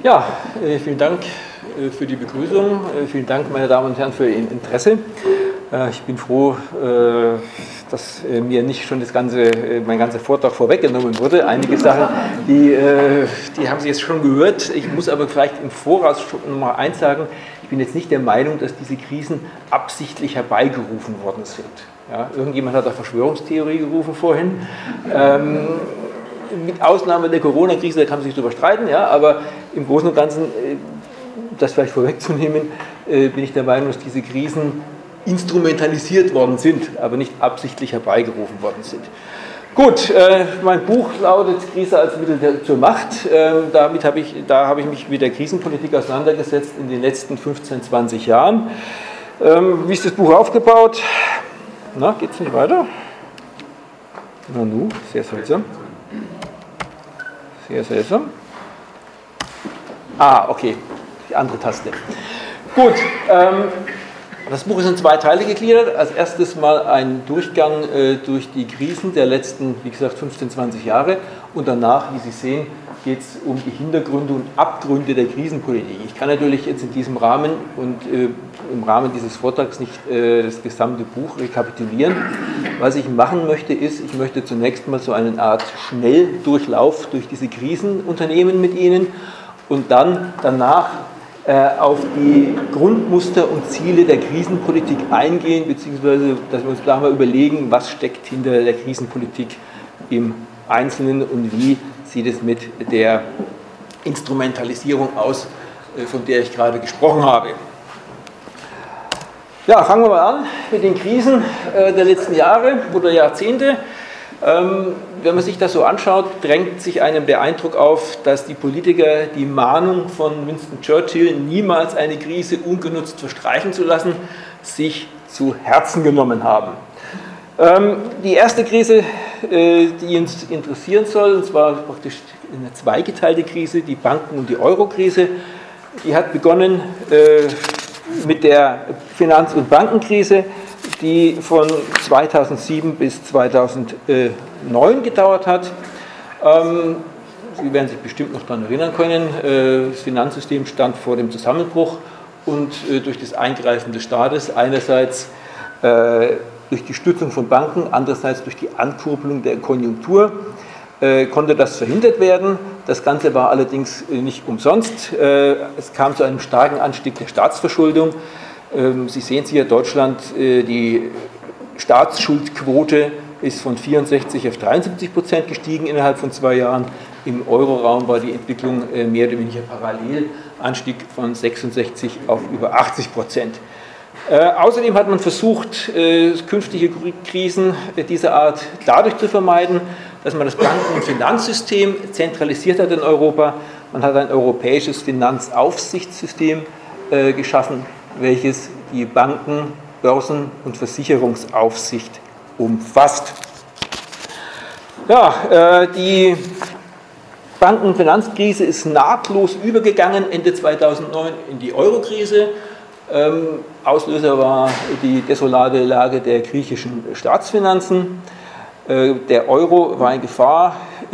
Ja, vielen Dank für die Begrüßung. Vielen Dank, meine Damen und Herren, für Ihr Interesse. Ich bin froh, dass mir nicht schon mein ganzer Vortrag vorweggenommen wurde. Einige Sachen, die haben Sie jetzt schon gehört. Ich muss aber vielleicht im Voraus schon noch mal eins sagen. Ich bin jetzt nicht der Meinung, dass diese Krisen absichtlich herbeigerufen worden sind. Ja, irgendjemand hat da Verschwörungstheorie gerufen vorhin. Mit Ausnahme der Corona-Krise, da kann man sich drüber streiten, ja, aber im Großen und Ganzen, das vielleicht vorwegzunehmen, bin ich der Meinung, dass diese Krisen instrumentalisiert worden sind, aber nicht absichtlich herbeigerufen worden sind. Gut, mein Buch lautet Krise als Mittel zur Macht. Da habe ich mich mit der Krisenpolitik auseinandergesetzt in den letzten 15, 20 Jahren. Wie ist das Buch aufgebaut? Na, geht es nicht weiter? Na nu, sehr seltsam. Sehr seltsam. Okay, die andere Taste. Gut, das Buch ist in 2 Teile gegliedert. Als erstes mal ein Durchgang durch die Krisen der letzten, wie gesagt, 15, 20 Jahre. Und danach, wie Sie sehen, geht es um die Hintergründe und Abgründe der Krisenpolitik. Ich kann natürlich jetzt in diesem Rahmen und im Rahmen dieses Vortrags nicht das gesamte Buch rekapitulieren. Was ich machen möchte, ist, ich möchte zunächst mal so eine Art Schnelldurchlauf durch diese Krisenunternehmen mit Ihnen und dann danach auf die Grundmuster und Ziele der Krisenpolitik eingehen, beziehungsweise dass wir uns da mal überlegen, was steckt hinter der Krisenpolitik im Einzelnen und wie sieht es mit der Instrumentalisierung aus, von der ich gerade gesprochen habe. Ja, fangen wir mal an mit den Krisen der letzten Jahre oder Jahrzehnte. Wenn man sich das so anschaut, drängt sich einem der Eindruck auf, dass die Politiker die Mahnung von Winston Churchill, niemals eine Krise ungenutzt verstreichen zu lassen, sich zu Herzen genommen haben. Die erste Krise, die uns interessieren soll, und zwar praktisch eine zweigeteilte Krise, die Banken- und die Euro-Krise, die hat begonnen mit der Finanz- und Bankenkrise, die von 2007 bis 2009 gedauert hat. Sie werden sich bestimmt noch daran erinnern können, das Finanzsystem stand vor dem Zusammenbruch und durch das Eingreifen des Staates einerseits durch die Stützung von Banken, andererseits durch die Ankurbelung der Konjunktur konnte das verhindert werden. Das Ganze war allerdings nicht umsonst. Es kam zu einem starken Anstieg der Staatsverschuldung. Sie sehen es hier, Deutschland, die Staatsschuldquote ist von 64 auf 73% gestiegen innerhalb von 2 Jahren. Im Euroraum war die Entwicklung mehr oder weniger parallel, Anstieg von 66 auf über 80%. Außerdem hat man versucht, künftige Krisen dieser Art dadurch zu vermeiden, dass man das Banken- und Finanzsystem zentralisiert hat in Europa. Man hat ein europäisches Finanzaufsichtssystem geschaffen, welches die Banken-, Börsen- und Versicherungsaufsicht umfasst. Ja, die Banken- und Finanzkrise ist nahtlos übergegangen Ende 2009 in die Eurokrise. Auslöser war die desolate Lage der griechischen Staatsfinanzen. Der Euro war in Gefahr.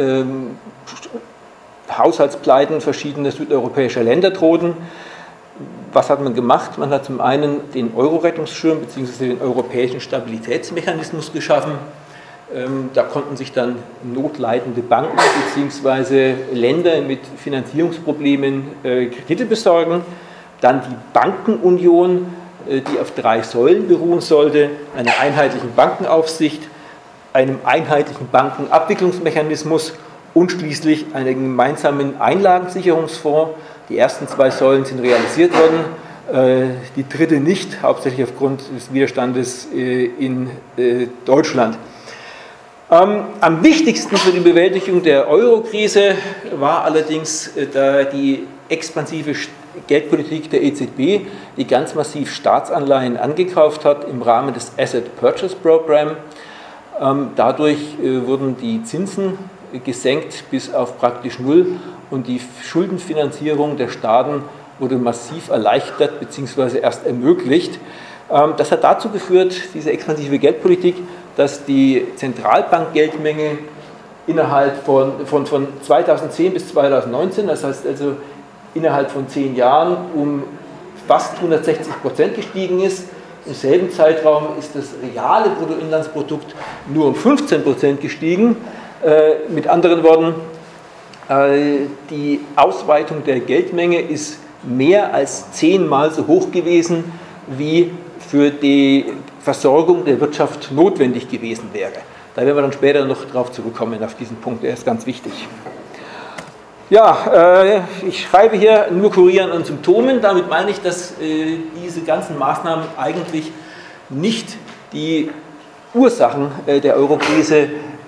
Haushaltspleiten verschiedener südeuropäischer Länder drohten. Was hat man gemacht? Man hat zum einen den Euro-Rettungsschirm bzw. den europäischen Stabilitätsmechanismus geschaffen. Da konnten sich dann notleidende Banken bzw. Länder mit Finanzierungsproblemen Kredite besorgen. Dann die Bankenunion, die auf 3 Säulen beruhen sollte: einer einheitlichen Bankenaufsicht, einem einheitlichen Bankenabwicklungsmechanismus und schließlich einem gemeinsamen Einlagensicherungsfonds. Die ersten 2 Säulen sind realisiert worden, die dritte nicht, hauptsächlich aufgrund des Widerstandes in Deutschland. Am wichtigsten für die Bewältigung der Euro-Krise war allerdings die expansive Geldpolitik der EZB, die ganz massiv Staatsanleihen angekauft hat im Rahmen des Asset Purchase Program. Dadurch wurden die Zinsen gesenkt bis auf praktisch null und die Schuldenfinanzierung der Staaten wurde massiv erleichtert bzw. erst ermöglicht. Das hat dazu geführt, diese expansive Geldpolitik, dass die Zentralbankgeldmenge innerhalb von 2010 bis 2019, das heißt also innerhalb von 10 Jahren um fast 160% gestiegen ist. Im selben Zeitraum ist das reale Bruttoinlandsprodukt nur um 15% gestiegen. Mit anderen Worten, die Ausweitung der Geldmenge ist mehr als 10-mal so hoch gewesen, wie für die Versorgung der Wirtschaft notwendig gewesen wäre. Da werden wir dann später noch darauf zurückkommen, auf diesen Punkt, der ist ganz wichtig. Ja, ich schreibe hier nur Kurieren und Symptomen. Damit meine ich, dass diese ganzen Maßnahmen eigentlich nicht die Ursachen der Eurokrise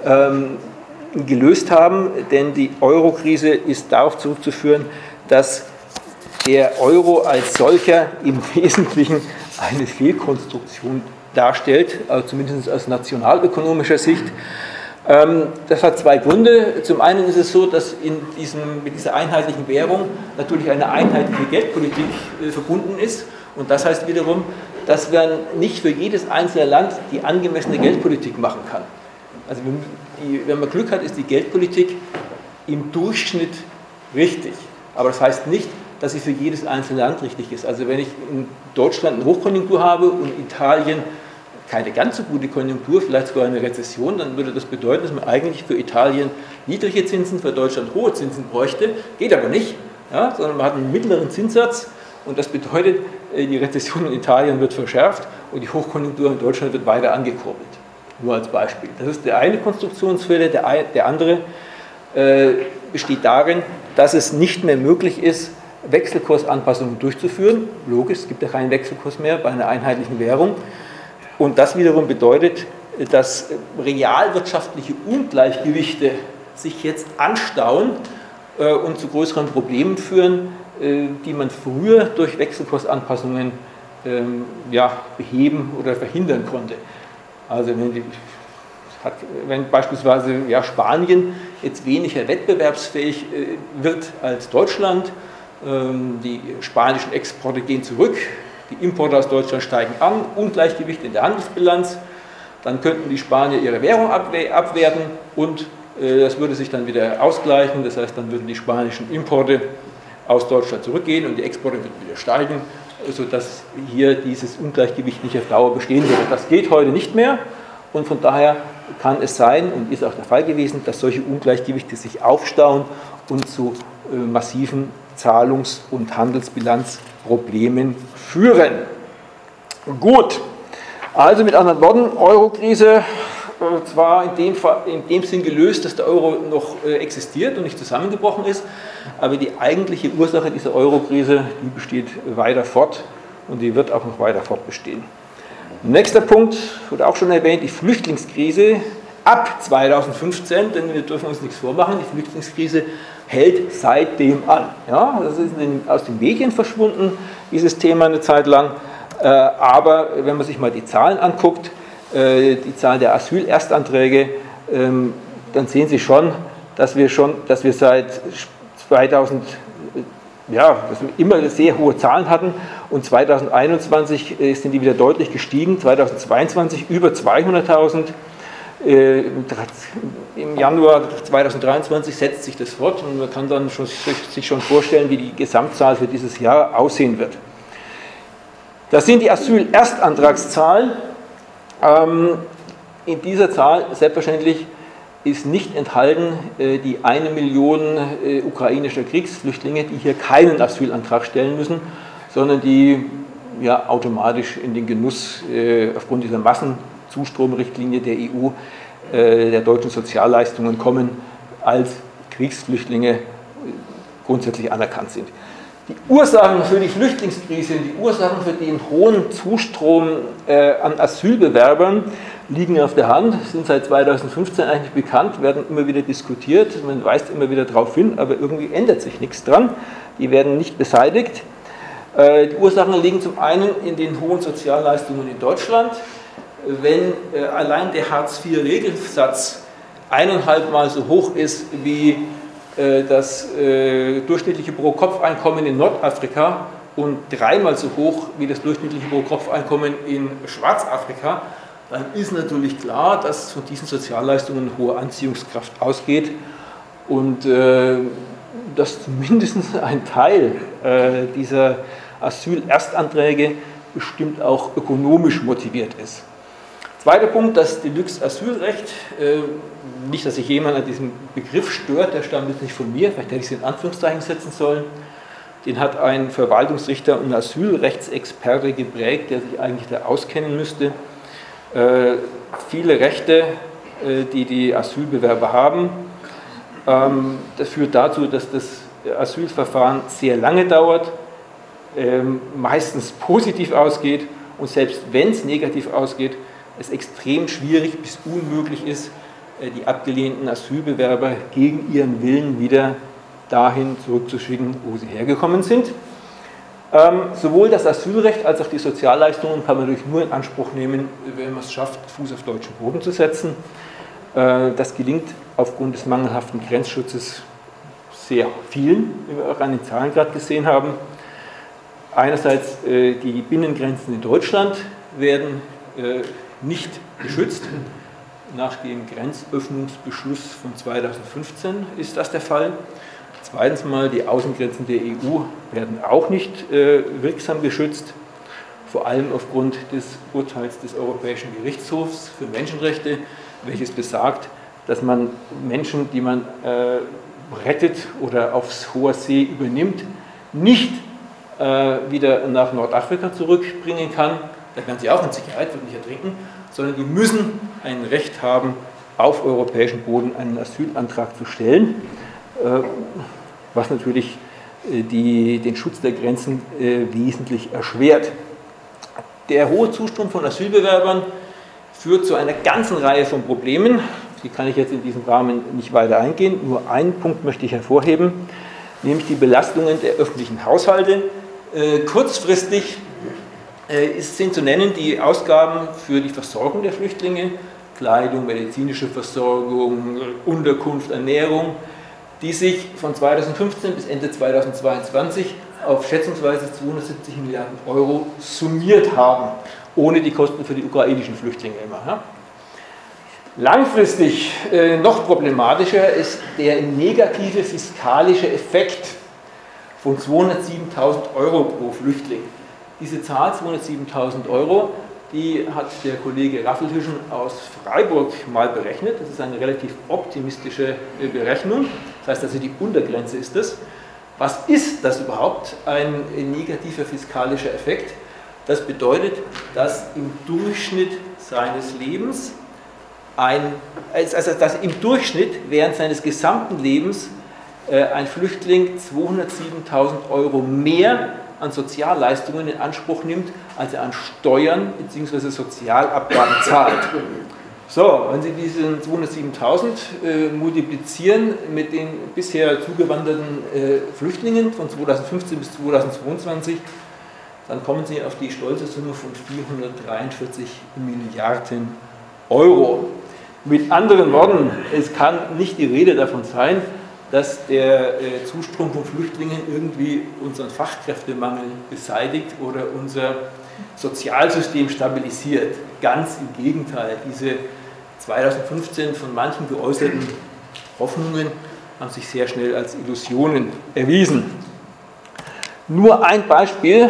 gelöst haben, denn die Eurokrise ist darauf zurückzuführen, dass der Euro als solcher im Wesentlichen eine Fehlkonstruktion darstellt, also zumindest aus nationalökonomischer Sicht. Das hat zwei Gründe. Zum einen ist es so, dass mit dieser einheitlichen Währung natürlich eine einheitliche Geldpolitik verbunden ist. Und das heißt wiederum, dass man nicht für jedes einzelne Land die angemessene Geldpolitik machen kann. Also wenn man Glück hat, ist die Geldpolitik im Durchschnitt richtig. Aber das heißt nicht, dass sie für jedes einzelne Land richtig ist. Also wenn ich in Deutschland eine Hochkonjunktur habe und Italien keine ganz so gute Konjunktur, vielleicht sogar eine Rezession, dann würde das bedeuten, dass man eigentlich für Italien niedrige Zinsen, für Deutschland hohe Zinsen bräuchte. Geht aber nicht, ja, sondern man hat einen mittleren Zinssatz und das bedeutet, die Rezession in Italien wird verschärft und die Hochkonjunktur in Deutschland wird weiter angekurbelt. Nur als Beispiel. Das ist der eine Konstruktionsfehler. Der andere besteht darin, dass es nicht mehr möglich ist, Wechselkursanpassungen durchzuführen. Logisch, es gibt ja keinen Wechselkurs mehr bei einer einheitlichen Währung. Und das wiederum bedeutet, dass realwirtschaftliche Ungleichgewichte sich jetzt anstauen und zu größeren Problemen führen, die man früher durch Wechselkursanpassungen beheben oder verhindern konnte. Also wenn beispielsweise Spanien jetzt weniger wettbewerbsfähig wird als Deutschland, die spanischen Exporte gehen zurück, die Importe aus Deutschland steigen an, Ungleichgewicht in der Handelsbilanz, dann könnten die Spanier ihre Währung abwerten und das würde sich dann wieder ausgleichen, das heißt, dann würden die spanischen Importe aus Deutschland zurückgehen und die Exporte würden wieder steigen, sodass hier dieses Ungleichgewicht nicht auf Dauer bestehen würde. Das geht heute nicht mehr und von daher kann es sein und ist auch der Fall gewesen, dass solche Ungleichgewichte sich aufstauen und zu massiven Zahlungs- und Handelsbilanzproblemen führen. Gut, also mit anderen Worten, Eurokrise zwar in dem Sinn gelöst, dass der Euro noch existiert und nicht zusammengebrochen ist, aber die eigentliche Ursache dieser Eurokrise, die besteht weiter fort und die wird auch noch weiter fortbestehen. Nächster Punkt, wurde auch schon erwähnt, die Flüchtlingskrise ab 2015, denn wir dürfen uns nichts vormachen, die Flüchtlingskrise hält seitdem an. Ja, das ist aus den Medien verschwunden, dieses Thema eine Zeit lang, aber wenn man sich mal die Zahlen anguckt, die Zahl der Asylerstanträge, dann sehen Sie schon, dass wir seit 2000 dass wir immer sehr hohe Zahlen hatten und 2021 sind die wieder deutlich gestiegen, 2022 über 200.000, im Januar 2023 setzt sich das fort und man kann dann sich schon vorstellen, wie die Gesamtzahl für dieses Jahr aussehen wird. Das sind die Asylerstantragszahlen. In dieser Zahl selbstverständlich ist nicht enthalten die 1 Million ukrainischer Kriegsflüchtlinge, die hier keinen Asylantrag stellen müssen, sondern die automatisch in den Genuss aufgrund dieser Massenzustromrichtlinie der EU der deutschen Sozialleistungen kommen, als Kriegsflüchtlinge grundsätzlich anerkannt sind. Die Ursachen für die Flüchtlingskrise, die Ursachen für den hohen Zustrom an Asylbewerbern liegen auf der Hand, sind seit 2015 eigentlich bekannt, werden immer wieder diskutiert, man weist immer wieder darauf hin, aber irgendwie ändert sich nichts dran. Die werden nicht beseitigt. Die Ursachen liegen zum einen in den hohen Sozialleistungen in Deutschland. Wenn allein der Hartz-IV-Regelsatz 1,5 Mal so hoch ist wie das durchschnittliche Pro-Kopf-Einkommen in Nordafrika und 3-mal so hoch wie das durchschnittliche Pro-Kopf-Einkommen in Schwarzafrika, dann ist natürlich klar, dass von diesen Sozialleistungen eine hohe Anziehungskraft ausgeht und dass zumindest ein Teil dieser Asylerstanträge bestimmt auch ökonomisch motiviert ist. Zweiter Punkt, das Deluxe-Asylrecht. Nicht, dass sich jemand an diesem Begriff stört, der stammt jetzt nicht von mir, vielleicht hätte ich es in Anführungszeichen setzen sollen. Den hat ein Verwaltungsrichter und Asylrechtsexperte geprägt, der sich eigentlich da auskennen müsste. Viele Rechte, die die Asylbewerber haben, das führt dazu, dass das Asylverfahren sehr lange dauert, meistens positiv ausgeht und selbst wenn es negativ ausgeht, es extrem schwierig bis unmöglich ist, die abgelehnten Asylbewerber gegen ihren Willen wieder dahin zurückzuschicken, wo sie hergekommen sind. Sowohl das Asylrecht als auch die Sozialleistungen kann man natürlich nur in Anspruch nehmen, wenn man es schafft, Fuß auf deutschen Boden zu setzen. Das gelingt aufgrund des mangelhaften Grenzschutzes sehr vielen, wie wir auch an den Zahlen gerade gesehen haben. Einerseits die Binnengrenzen in Deutschland werden nicht geschützt. Nach dem Grenzöffnungsbeschluss von 2015 ist das der Fall. Zweitens mal, die Außengrenzen der EU werden auch nicht wirksam geschützt, vor allem aufgrund des Urteils des Europäischen Gerichtshofs für Menschenrechte, welches besagt, dass man Menschen, die man rettet oder aufs hohe See übernimmt, nicht wieder nach Nordafrika zurückbringen kann. Da werden sie auch in Sicherheit, wird nicht ertrinken, sondern die müssen ein Recht haben, auf europäischem Boden einen Asylantrag zu stellen, was natürlich den Schutz der Grenzen wesentlich erschwert. Der hohe Zustrom von Asylbewerbern führt zu einer ganzen Reihe von Problemen. Die kann ich jetzt in diesem Rahmen nicht weiter eingehen. Nur einen Punkt möchte ich hervorheben, nämlich die Belastungen der öffentlichen Haushalte. Kurzfristig sind zu nennen die Ausgaben für die Versorgung der Flüchtlinge, Kleidung, medizinische Versorgung, Unterkunft, Ernährung, die sich von 2015 bis Ende 2022 auf schätzungsweise 270 Milliarden Euro summiert haben, ohne die Kosten für die ukrainischen Flüchtlinge immer. Ja. Langfristig noch problematischer ist der negative fiskalische Effekt von 207.000 Euro pro Flüchtling. Diese Zahl, 207.000 Euro, die hat der Kollege Raffelhüschen aus Freiburg mal berechnet. Das ist eine relativ optimistische Berechnung. Das heißt also, die Untergrenze ist das. Was ist das überhaupt, ein negativer fiskalischer Effekt? Das bedeutet, dass im Durchschnitt seines Lebens dass im Durchschnitt während seines gesamten Lebens ein Flüchtling 207.000 Euro mehr an Sozialleistungen in Anspruch nimmt, als er an Steuern bzw. Sozialabgaben zahlt. So, wenn Sie diesen 207.000 multiplizieren mit den bisher zugewanderten Flüchtlingen von 2015 bis 2022, dann kommen Sie auf die stolze Summe von 443 Milliarden Euro. Mit anderen Worten, es kann nicht die Rede davon sein, dass der Zustrom von Flüchtlingen irgendwie unseren Fachkräftemangel beseitigt oder unser Sozialsystem stabilisiert. Ganz im Gegenteil, diese 2015 von manchen geäußerten Hoffnungen haben sich sehr schnell als Illusionen erwiesen. Nur ein Beispiel,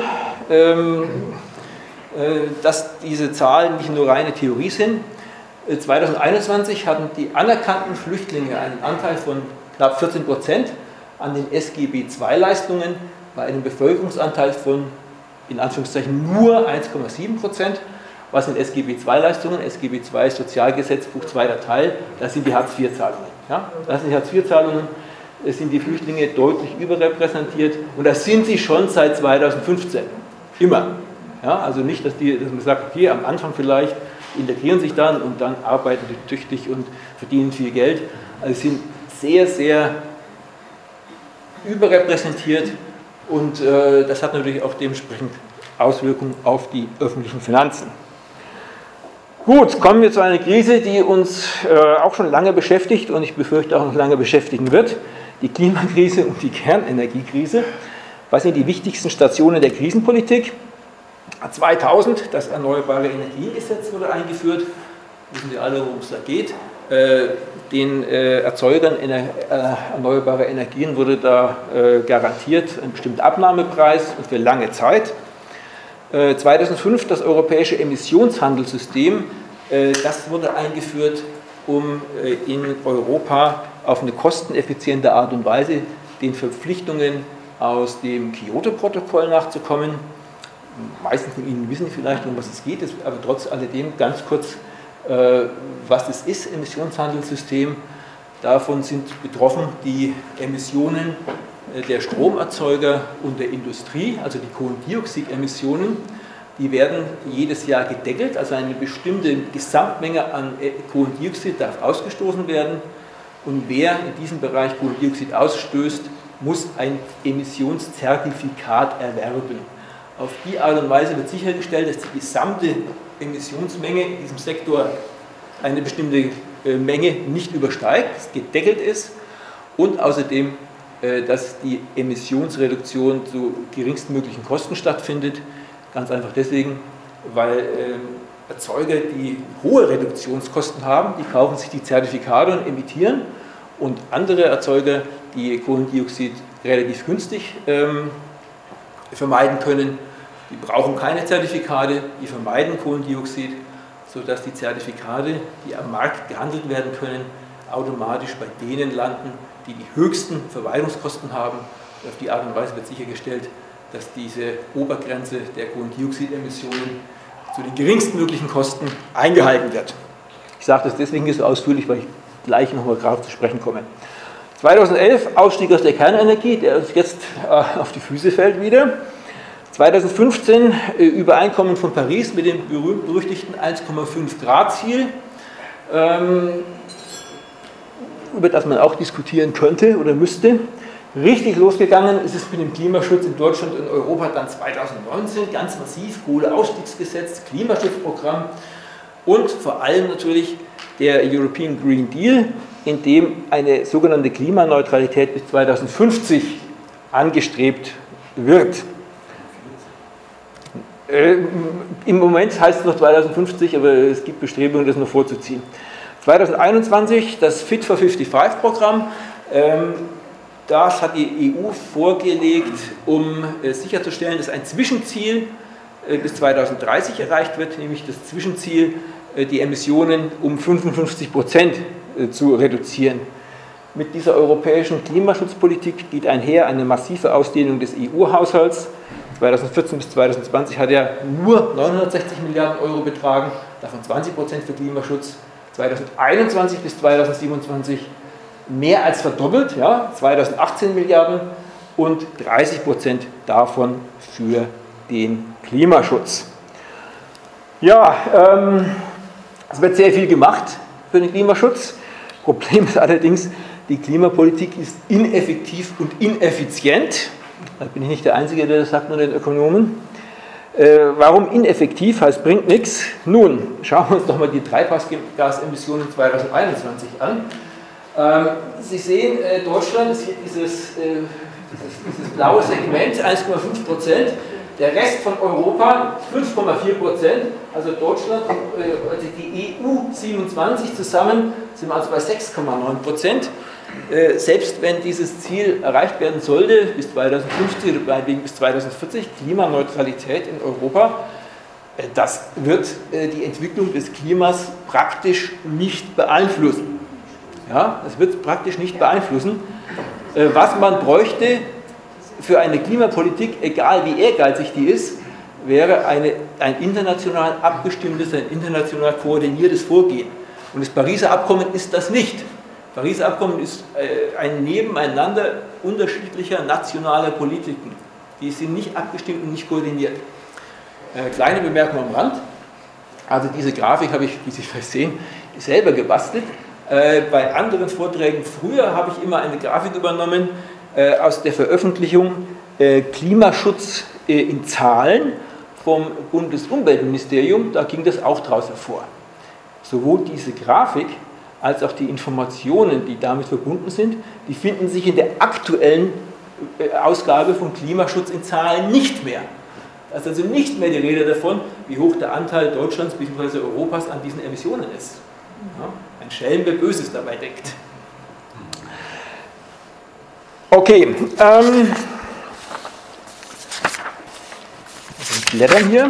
dass diese Zahlen nicht nur reine Theorie sind. 2021 hatten die anerkannten Flüchtlinge einen Anteil von knapp 14% an den SGB-II-Leistungen bei einem Bevölkerungsanteil von, in Anführungszeichen, nur 1,7%. Was sind SGB-II-Leistungen? SGB-II ist Sozialgesetzbuch, zweiter Teil, das sind die Hartz-IV-Zahlungen. Ja? Das sind die Hartz-IV-Zahlungen, es sind die Flüchtlinge deutlich überrepräsentiert und das sind sie schon seit 2015. Immer. Ja? Also nicht, dass man sagt, okay, am Anfang vielleicht integrieren sich dann und dann arbeiten sie tüchtig und verdienen viel Geld. Also sie sind sehr, sehr überrepräsentiert und das hat natürlich auch dementsprechend Auswirkungen auf die öffentlichen Finanzen. Gut, kommen wir zu einer Krise, die uns auch schon lange beschäftigt und ich befürchte auch noch lange beschäftigen wird, die Klimakrise und die Kernenergiekrise. Was sind die wichtigsten Stationen der Krisenpolitik? 2000, das Erneuerbare Energiengesetz wurde eingeführt, wissen Sie alle, worum es da geht. Den Erzeugern erneuerbarer Energien wurde da garantiert ein bestimmter Abnahmepreis und für lange Zeit. 2005 das europäische Emissionshandelssystem, das wurde eingeführt, um in Europa auf eine kosteneffiziente Art und Weise den Verpflichtungen aus dem Kyoto-Protokoll nachzukommen. Meisten von Ihnen wissen vielleicht, um was es geht, aber trotz alledem ganz kurz, was es ist, Emissionshandelssystem. Davon sind betroffen die Emissionen der Stromerzeuger und der Industrie, also die Kohlendioxidemissionen. Die werden jedes Jahr gedeckelt, also eine bestimmte Gesamtmenge an Kohlendioxid darf ausgestoßen werden. Und wer in diesem Bereich Kohlendioxid ausstößt, muss ein Emissionszertifikat erwerben. Auf die Art und Weise wird sichergestellt, dass die gesamte Emissionsmenge in diesem Sektor eine bestimmte Menge nicht übersteigt, dass gedeckelt ist und außerdem, dass die Emissionsreduktion zu geringstmöglichen Kosten stattfindet. Ganz einfach deswegen, weil Erzeuger, die hohe Reduktionskosten haben, die kaufen sich die Zertifikate und emittieren, und andere Erzeuger, die Kohlendioxid relativ günstig vermeiden können, die brauchen keine Zertifikate, die vermeiden Kohlendioxid, sodass die Zertifikate, die am Markt gehandelt werden können, automatisch bei denen landen, die die höchsten Verwaltungskosten haben. Und auf die Art und Weise wird sichergestellt, dass diese Obergrenze der Kohlendioxidemissionen zu den geringstmöglichen Kosten eingehalten wird. Ich sage das deswegen hier so ausführlich, weil ich gleich nochmal darauf zu sprechen komme. 2011 Ausstieg aus der Kernenergie, der uns jetzt auf die Füße fällt wieder. 2015 Übereinkommen von Paris mit dem berühmt-berüchtigten 1,5 Grad Ziel, über das man auch diskutieren könnte oder müsste. Richtig losgegangen ist es mit dem Klimaschutz in Deutschland und Europa dann 2019, ganz massiv, Kohleausstiegsgesetz, Klimaschutzprogramm und vor allem natürlich der European Green Deal, in dem eine sogenannte Klimaneutralität bis 2050 angestrebt wird. Im Moment heißt es noch 2050, aber es gibt Bestrebungen, das noch vorzuziehen. 2021 das Fit for 55-Programm. Das hat die EU vorgelegt, um sicherzustellen, dass ein Zwischenziel bis 2030 erreicht wird, nämlich das Zwischenziel, die Emissionen um 55% zu reduzieren. Mit dieser europäischen Klimaschutzpolitik geht einher eine massive Ausdehnung des EU-Haushalts. 2014 bis 2020 hat er nur 960 Milliarden Euro betragen, davon 20% für Klimaschutz. 2021 bis 2027 mehr als verdoppelt, ja, 2018 Milliarden und 30% davon für den Klimaschutz. Ja, es wird sehr viel gemacht für den Klimaschutz. Problem ist allerdings, die Klimapolitik ist ineffektiv und ineffizient. Da bin ich nicht der Einzige, der das sagt, nur den Ökonomen. Warum ineffektiv? Heißt, bringt nichts. Nun, schauen wir uns doch mal die Treibhausgasemissionen 2021 an. Sie sehen, Deutschland ist hier dieses blaue Segment, 1,5%. Der Rest von Europa 5,4%. Also Deutschland und also die EU 27 zusammen sind wir also bei 6,9%. Selbst wenn dieses Ziel erreicht werden sollte, bis 2050 oder bis 2040, Klimaneutralität in Europa, das wird die Entwicklung des Klimas praktisch nicht beeinflussen. Ja, das wird praktisch nicht beeinflussen. Was man bräuchte für eine Klimapolitik, egal wie ehrgeizig die ist, wäre ein international abgestimmtes, ein international koordiniertes Vorgehen. Und das Pariser Abkommen ist das nicht. Das Pariser Abkommen ist ein Nebeneinander unterschiedlicher nationaler Politiken. Die sind nicht abgestimmt und nicht koordiniert. Kleine Bemerkung am Rand. Also diese Grafik habe ich, wie Sie vielleicht sehen, selber gebastelt. Bei anderen Vorträgen früher habe ich immer eine Grafik übernommen aus der Veröffentlichung Klimaschutz in Zahlen vom Bundesumweltministerium. Da ging das auch daraus hervor. Sowohl diese Grafik als auch die Informationen, die damit verbunden sind, die finden sich in der aktuellen Ausgabe von Klimaschutz in Zahlen nicht mehr. Da ist also nicht mehr die Rede davon, wie hoch der Anteil Deutschlands bzw. Europas an diesen Emissionen ist. Ja, Ein Schelm, wer Böses dabei denkt. Okay, blättern hier.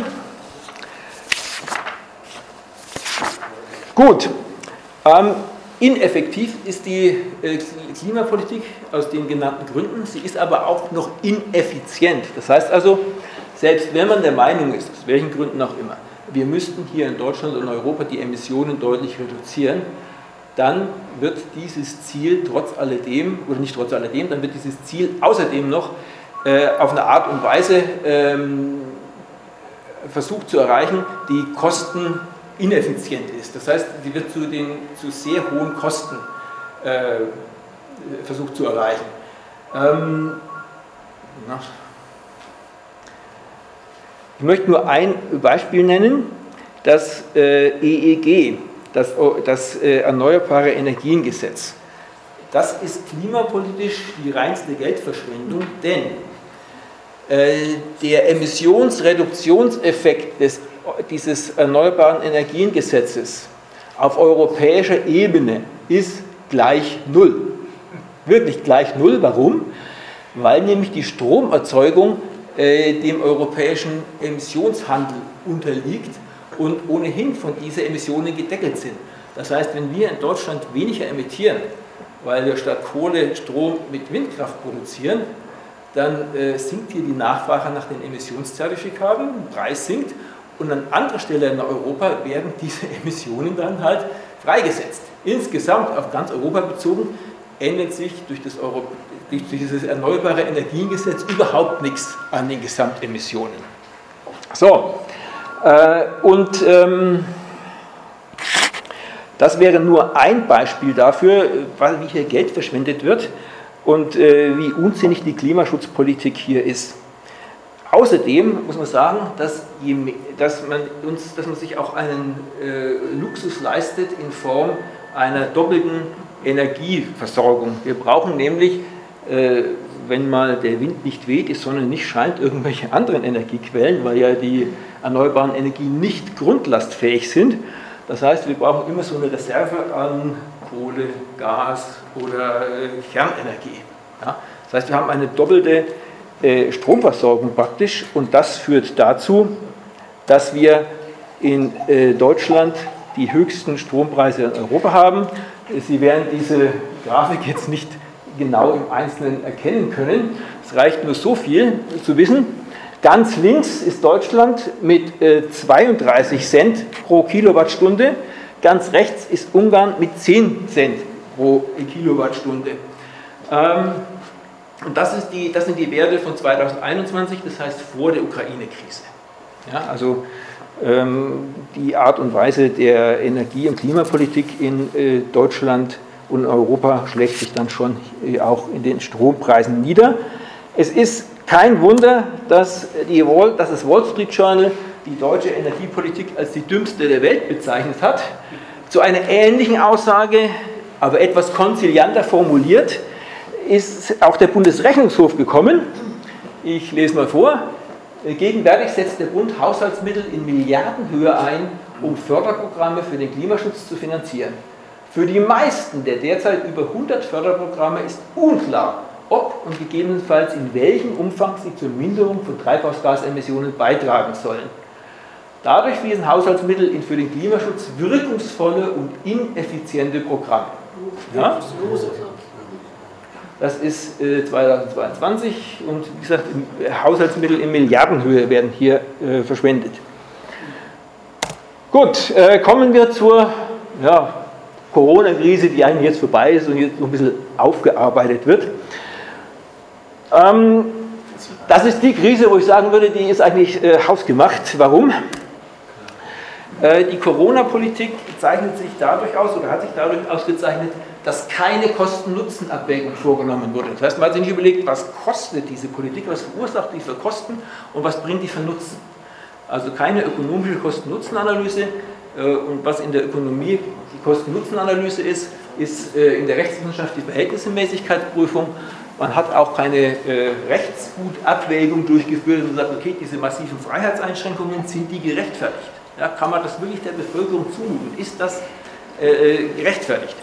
Gut, ineffektiv ist die Klimapolitik aus den genannten Gründen, sie ist aber auch noch ineffizient. Das heißt also, selbst wenn man der Meinung ist, aus welchen Gründen auch immer, wir müssten hier in Deutschland und Europa die Emissionen deutlich reduzieren, dann wird dieses Ziel trotz alledem, oder nicht trotz alledem, dann wird dieses Ziel außerdem noch auf eine Art und Weise versucht zu erreichen, die kostenineffizient ist. Das heißt, sie wird zu sehr hohen Kosten versucht zu erreichen. Ich möchte nur ein Beispiel nennen, das EEG, das Erneuerbare Energiengesetz. Das ist klimapolitisch die reinste Geldverschwendung, denn der Emissionsreduktionseffekt dieses Erneuerbaren Energiengesetzes auf europäischer Ebene ist gleich Null. Wirklich gleich Null. Warum? Weil nämlich die Stromerzeugung dem europäischen Emissionshandel unterliegt und ohnehin von diesen Emissionen gedeckelt sind. Das heißt, wenn wir in Deutschland weniger emittieren, weil wir statt Kohle Strom mit Windkraft produzieren, dann sinkt hier die Nachfrage nach den Emissionszertifikaten, der Preis sinkt und an anderer Stelle in Europa werden diese Emissionen dann halt freigesetzt. Insgesamt auf ganz Europa bezogen ändert sich durch dieses Erneuerbare Energiengesetz überhaupt nichts an den Gesamtemissionen. So, das wäre nur ein Beispiel dafür, wie hier Geld verschwendet wird und wie unsinnig die Klimaschutzpolitik hier ist. Außerdem muss man sagen, dass man sich auch einen Luxus leistet in Form einer doppelten Energieversorgung. Wir brauchen nämlich, wenn mal der Wind nicht weht, die Sonne nicht scheint, irgendwelche anderen Energiequellen, weil ja die erneuerbaren Energien nicht grundlastfähig sind. Das heißt, wir brauchen immer so eine Reserve an Kohle, Gas oder Kernenergie. Ja? Das heißt, wir haben eine doppelte Stromversorgung praktisch und das führt dazu, dass wir in Deutschland die höchsten Strompreise in Europa haben. Sie werden diese Grafik jetzt nicht genau im Einzelnen erkennen können. Es reicht nur so viel zu wissen. Ganz links ist Deutschland mit 32 Cent pro Kilowattstunde. Ganz rechts ist Ungarn mit 10 Cent pro Kilowattstunde. Und das sind die Werte von 2021, das heißt vor der Ukraine-Krise. Ja, also die Art und Weise der Energie- und Klimapolitik in Deutschland und Europa schlägt sich dann schon auch in den Strompreisen nieder. Es ist kein Wunder, dass das Wall Street Journal die deutsche Energiepolitik als die dümmste der Welt bezeichnet hat. Zu einer ähnlichen Aussage, aber etwas konzilianter formuliert, ist auch der Bundesrechnungshof gekommen. Ich lese mal vor. Gegenwärtig setzt der Bund Haushaltsmittel in Milliardenhöhe ein, um Förderprogramme für den Klimaschutz zu finanzieren. Für die meisten der derzeit über 100 Förderprogramme ist unklar, ob und gegebenenfalls in welchem Umfang sie zur Minderung von Treibhausgasemissionen beitragen sollen. Dadurch fließen Haushaltsmittel in für den Klimaschutz wirkungsvolle und ineffiziente Programme. Ja? Das ist 2022 und wie gesagt, Haushaltsmittel in Milliardenhöhe werden hier verschwendet. Gut, kommen wir zur Corona-Krise, die eigentlich jetzt vorbei ist und jetzt noch ein bisschen aufgearbeitet wird. Das ist die Krise, wo ich sagen würde, die ist eigentlich hausgemacht. Warum? Die Corona-Politik zeichnet sich dadurch aus oder hat sich dadurch ausgezeichnet, dass keine Kosten-Nutzen-Abwägung vorgenommen wurde. Das heißt, man hat sich nicht überlegt, was kostet diese Politik, was verursacht die für Kosten und was bringt die für Nutzen. Also keine ökonomische Kosten-Nutzen-Analyse und was in der Ökonomie die Kosten-Nutzen-Analyse ist in der Rechtswissenschaft die Verhältnismäßigkeitsprüfung. Man hat auch keine Rechtsgutabwägung durchgeführt und sagt, okay, diese massiven Freiheitseinschränkungen, sind die gerechtfertigt? Ja, kann man das wirklich der Bevölkerung zumuten? Ist das gerechtfertigt?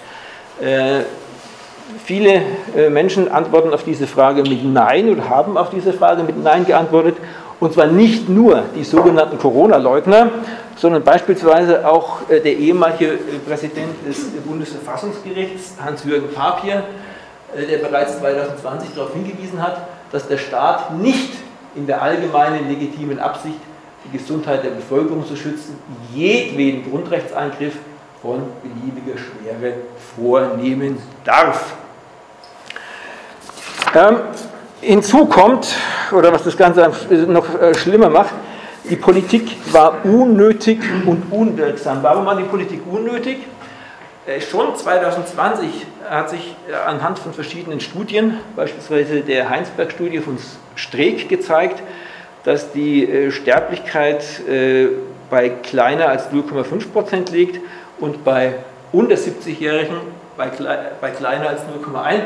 Viele Menschen antworten auf diese Frage mit Nein oder haben auf diese Frage mit Nein geantwortet. Und zwar nicht nur die sogenannten Corona-Leugner, sondern beispielsweise auch der ehemalige Präsident des Bundesverfassungsgerichts, Hans-Jürgen Papier, der bereits 2020 darauf hingewiesen hat, dass der Staat nicht in der allgemeinen legitimen Absicht, die Gesundheit der Bevölkerung zu schützen, jedweden Grundrechtseingriff von beliebiger Schwere vornehmen darf. Hinzu kommt, oder was das Ganze noch schlimmer macht, die Politik war unnötig und unwirksam. Warum war die Politik unnötig? Schon 2020 hat sich anhand von verschiedenen Studien, beispielsweise der Heinsberg-Studie von Streeck, gezeigt, dass die Sterblichkeit bei kleiner als 0,5% liegt und bei unter 70-Jährigen bei kleiner als 0,1%.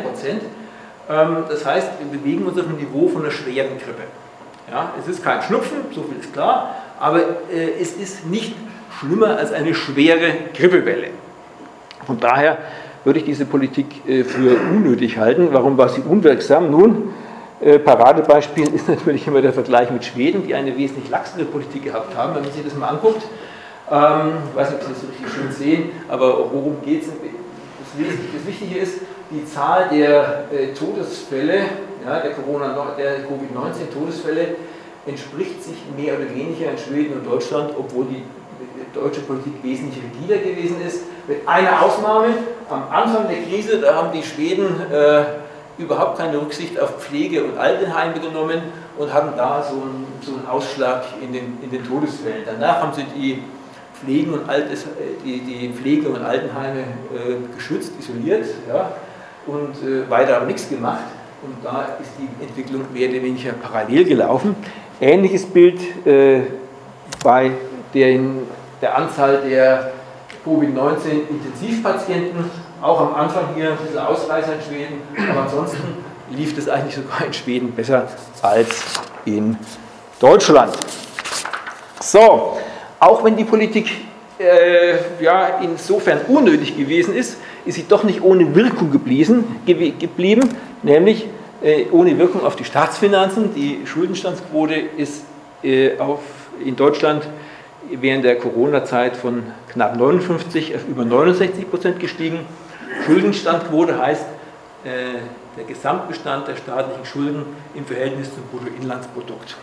Das heißt, wir bewegen uns auf dem Niveau von einer schweren Grippe. Ja, es ist kein Schnupfen, so viel ist klar, aber es ist nicht schlimmer als eine schwere Grippewelle. Von daher würde ich diese Politik für unnötig halten. Warum war sie unwirksam? Nun, Paradebeispiel ist natürlich immer der Vergleich mit Schweden, die eine wesentlich laxere Politik gehabt haben, wenn man sich das mal anguckt. Ich weiß nicht, ob Sie das so richtig schön sehen, aber worum geht es? Das Wichtige ist, die Zahl der Todesfälle, ja, der Covid-19-Todesfälle, entspricht sich mehr oder weniger in Schweden und Deutschland, obwohl die deutsche Politik wesentlich rigider gewesen ist. Mit einer Ausnahme, am Anfang der Krise, da haben die Schweden überhaupt keine Rücksicht auf Pflege- und Altenheime genommen und hatten da so einen Ausschlag in den Todesfällen. Danach haben sie die Pflege- und Altenheime geschützt, isoliert, ja, und weiter aber nichts gemacht. Und da ist die Entwicklung mehr oder weniger parallel gelaufen. Ähnliches Bild bei der Anzahl der Covid-19-Intensivpatienten, auch am Anfang hier ein bisschen Ausreißer in Schweden, aber ansonsten lief das eigentlich sogar in Schweden besser als in Deutschland. So, auch wenn die Politik insofern unnötig gewesen ist, ist sie doch nicht ohne Wirkung geblieben, nämlich ohne Wirkung auf die Staatsfinanzen. Die Schuldenstandsquote ist in Deutschland während der Corona-Zeit von knapp 59 auf über 69% gestiegen. Schuldenstandquote heißt der Gesamtbestand der staatlichen Schulden im Verhältnis zum Bruttoinlandsprodukt.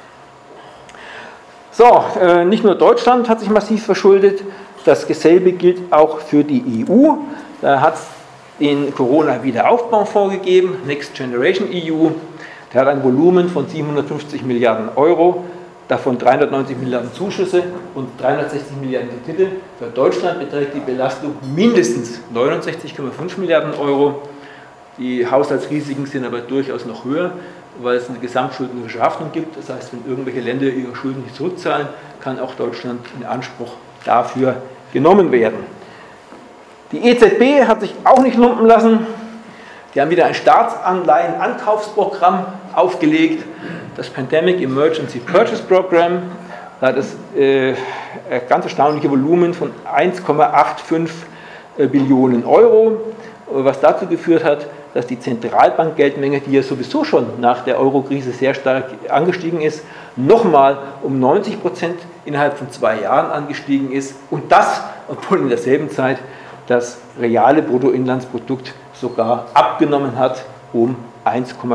So, nicht nur Deutschland hat sich massiv verschuldet, dasselbe gilt auch für die EU. Da hat es den Corona-Wiederaufbaufonds gegeben, Next Generation EU. Der hat ein Volumen von 750 Milliarden Euro, davon 390 Milliarden Zuschüsse und 360 Milliarden Kredite. Für Deutschland beträgt die Belastung mindestens 69,5 Milliarden Euro. Die Haushaltsrisiken sind aber durchaus noch höher, weil es eine gesamtschuldnerische Haftung gibt. Das heißt, wenn irgendwelche Länder ihre Schulden nicht zurückzahlen, kann auch Deutschland in Anspruch dafür genommen werden. Die EZB hat sich auch nicht lumpen lassen. Die haben wieder ein Staatsanleihen-Ankaufsprogramm aufgelegt, das Pandemic Emergency Purchase Program. Da hat es ganz erstaunliche Volumen von 1,85 Billionen Euro, was dazu geführt hat, dass die Zentralbankgeldmenge, die ja sowieso schon nach der Euro-Krise sehr stark angestiegen ist, nochmal um 90% innerhalb von 2 Jahren angestiegen ist. Und das, obwohl in derselben Zeit das reale Bruttoinlandsprodukt sogar abgenommen hat um 1,5%.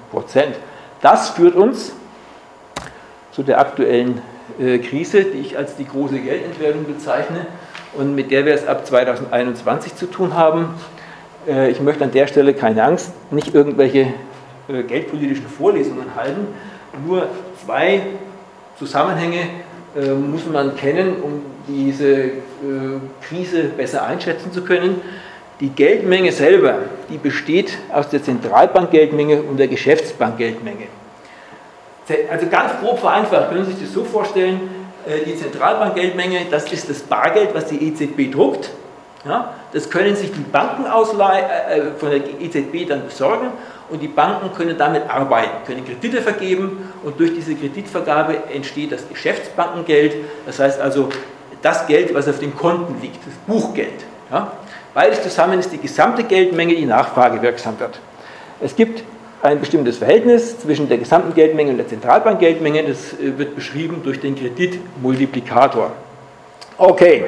Das führt uns zu der aktuellen Krise, die ich als die große Geldentwertung bezeichne und mit der wir es ab 2021 zu tun haben. Ich möchte an der Stelle, keine Angst, nicht irgendwelche geldpolitischen Vorlesungen halten. Nur 2 Zusammenhänge muss man kennen, um diese Krise besser einschätzen zu können. Die Geldmenge selber, die besteht aus der Zentralbankgeldmenge und der Geschäftsbankgeldmenge. Also ganz grob vereinfacht können Sie sich das so vorstellen, die Zentralbankgeldmenge, das ist das Bargeld, was die EZB druckt. Ja, das können sich die Banken von der EZB dann besorgen und die Banken können damit arbeiten, können Kredite vergeben und durch diese Kreditvergabe entsteht das Geschäftsbankengeld, das heißt also das Geld, was auf den Konten liegt, das Buchgeld. Ja? Beides zusammen ist die gesamte Geldmenge, die nachfragewirksam wird. Es gibt ein bestimmtes Verhältnis zwischen der gesamten Geldmenge und der Zentralbankgeldmenge, das wird beschrieben durch den Kreditmultiplikator. Okay.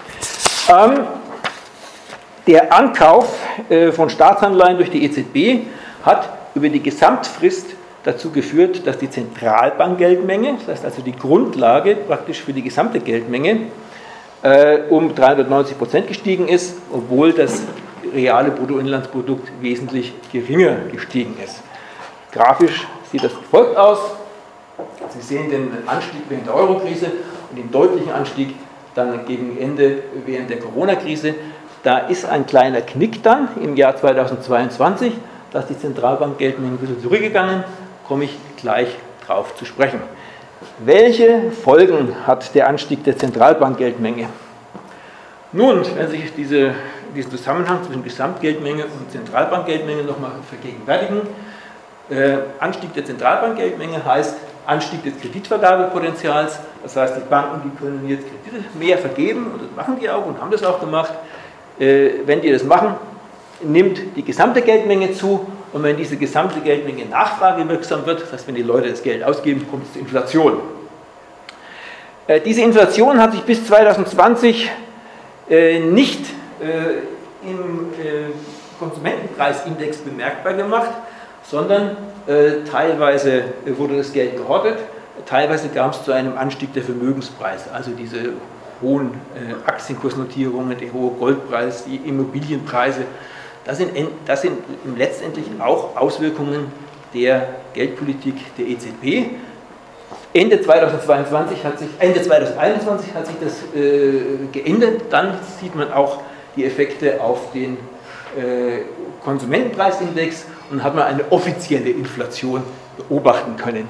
Der Ankauf von Staatsanleihen durch die EZB hat über die Gesamtfrist dazu geführt, dass die Zentralbankgeldmenge, das heißt also die Grundlage praktisch für die gesamte Geldmenge, um 390% gestiegen ist, obwohl das reale Bruttoinlandsprodukt wesentlich geringer gestiegen ist. Grafisch sieht das wie folgt aus. Sie sehen den Anstieg während der Eurokrise und den deutlichen Anstieg dann gegen Ende während der Corona-Krise. Da ist ein kleiner Knick dann im Jahr 2022, da ist die Zentralbankgeldmenge ein bisschen zurückgegangen, komme ich gleich drauf zu sprechen. Welche Folgen hat der Anstieg der Zentralbankgeldmenge? Nun, wenn Sie sich diesen Zusammenhang zwischen Gesamtgeldmenge und Zentralbankgeldmenge nochmal vergegenwärtigen, Anstieg der Zentralbankgeldmenge heißt Anstieg des Kreditvergabepotenzials, das heißt, die Banken, die können jetzt Kredite mehr vergeben und das machen die auch und haben das auch gemacht. Wenn die das machen, nimmt die gesamte Geldmenge zu und wenn diese gesamte Geldmenge nachfragewirksam wird, das heißt, wenn die Leute das Geld ausgeben, kommt es zur Inflation. Diese Inflation hat sich bis 2020 nicht im Konsumentenpreisindex bemerkbar gemacht, sondern teilweise wurde das Geld gehortet, teilweise kam es zu einem Anstieg der Vermögenspreise, also diese hohen Aktienkursnotierungen, der hohe Goldpreis, die Immobilienpreise. Das sind letztendlich auch Auswirkungen der Geldpolitik der EZB. Ende 2021 hat sich das geändert. Dann sieht man auch die Effekte auf den Konsumentenpreisindex und hat man eine offizielle Inflation beobachten können.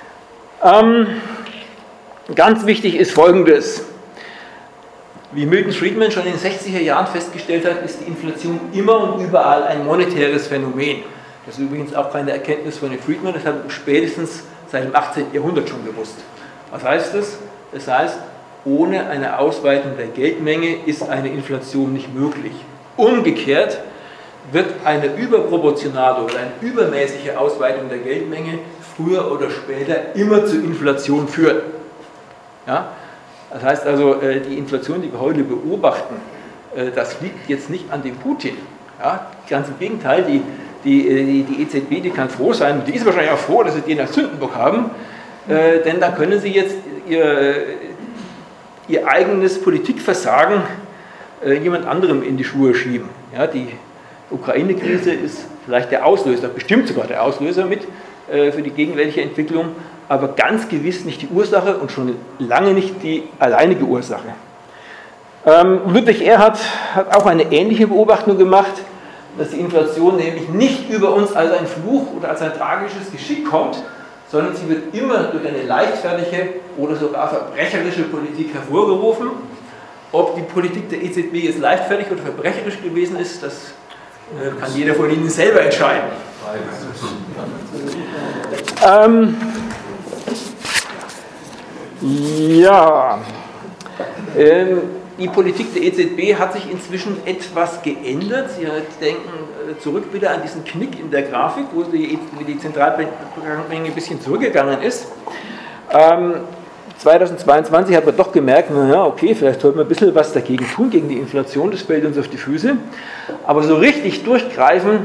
Ganz wichtig ist Folgendes. Wie Milton Friedman schon in den 60er Jahren festgestellt hat, ist die Inflation immer und überall ein monetäres Phänomen. Das ist übrigens auch keine Erkenntnis von Friedman, das hat man spätestens seit dem 18. Jahrhundert schon gewusst. Was heißt das? Das heißt, ohne eine Ausweitung der Geldmenge ist eine Inflation nicht möglich. Umgekehrt wird eine überproportionale oder eine übermäßige Ausweitung der Geldmenge früher oder später immer zur Inflation führen. Ja? Das heißt also, die Inflation, die wir heute beobachten, das liegt jetzt nicht an dem Putin. Ja? Ganz im Gegenteil, die EZB, die kann froh sein, die ist wahrscheinlich auch froh, dass sie den als Sündenbock haben, denn da können sie jetzt ihr eigenes Politikversagen jemand anderem in die Schuhe schieben. Ja? Die Ukraine-Krise ist vielleicht der Auslöser, bestimmt sogar der Auslöser mit für die gegenwärtige Entwicklung, aber ganz gewiss nicht die Ursache und schon lange nicht die alleinige Ursache. Ludwig Erhard hat auch eine ähnliche Beobachtung gemacht, dass die Inflation nämlich nicht über uns als ein Fluch oder als ein tragisches Geschick kommt, sondern sie wird immer durch eine leichtfertige oder sogar verbrecherische Politik hervorgerufen. Ob die Politik der EZB jetzt leichtfertig oder verbrecherisch gewesen ist, das kann jeder von Ihnen selber entscheiden. Die Politik der EZB hat sich inzwischen etwas geändert. Sie denken zurück wieder an diesen Knick in der Grafik, wo die Zentralbankmenge ein bisschen zurückgegangen ist. 2022 hat man doch gemerkt, naja, okay, vielleicht sollten wir ein bisschen was dagegen tun, gegen die Inflation, das fällt uns auf die Füße. Aber so richtig durchgreifen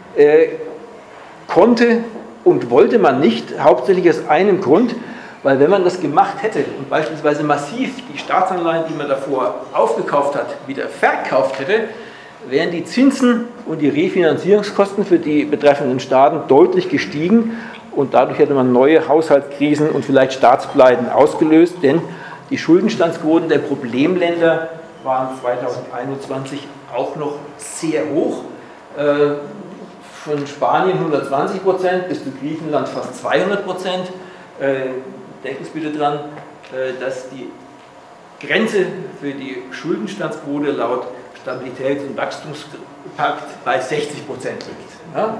konnte und wollte man nicht, hauptsächlich aus einem Grund, weil wenn man das gemacht hätte und beispielsweise massiv die Staatsanleihen, die man davor aufgekauft hat, wieder verkauft hätte, wären die Zinsen und die Refinanzierungskosten für die betreffenden Staaten deutlich gestiegen und dadurch hätte man neue Haushaltskrisen und vielleicht Staatspleiten ausgelöst, denn die Schuldenstandsquoten der Problemländer waren 2021 auch noch sehr hoch. Von Spanien 120% bis zu Griechenland fast 200%. Denken Sie bitte dran, dass die Grenze für die Schuldenstandsquote laut Stabilitäts- und Wachstumspakt bei 60% liegt. Ja?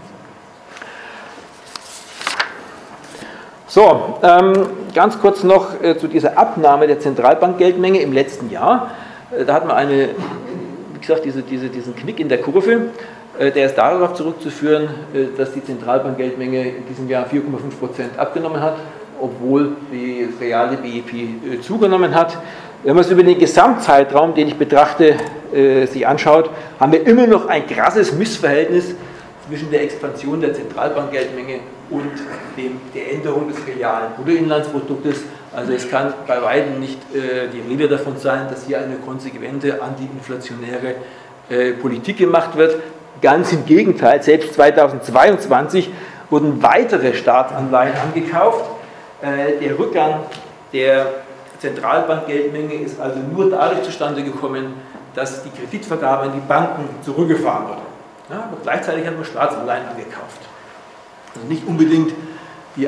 So, ganz kurz noch zu dieser Abnahme der Zentralbankgeldmenge im letzten Jahr. Da hat man eine gesagt, diesen Knick in der Kurve, der ist darauf zurückzuführen, dass die Zentralbankgeldmenge in diesem Jahr 4,5% abgenommen hat, obwohl die reale BIP zugenommen hat. Wenn man es über den Gesamtzeitraum, den ich betrachte, sich anschaut, haben wir immer noch ein krasses Missverhältnis zwischen der Expansion der Zentralbankgeldmenge und der Änderung des realen Bruttoinlandsproduktes. Also es kann bei weitem nicht die Rede davon sein, dass hier eine konsequente antiinflationäre Politik gemacht wird. Ganz im Gegenteil, selbst 2022 wurden weitere Staatsanleihen angekauft. Der Rückgang der Zentralbankgeldmenge ist also nur dadurch zustande gekommen, dass die Kreditvergabe an die Banken zurückgefahren wurde. Ja, aber gleichzeitig hat man Staatsanleihen angekauft. Also nicht unbedingt die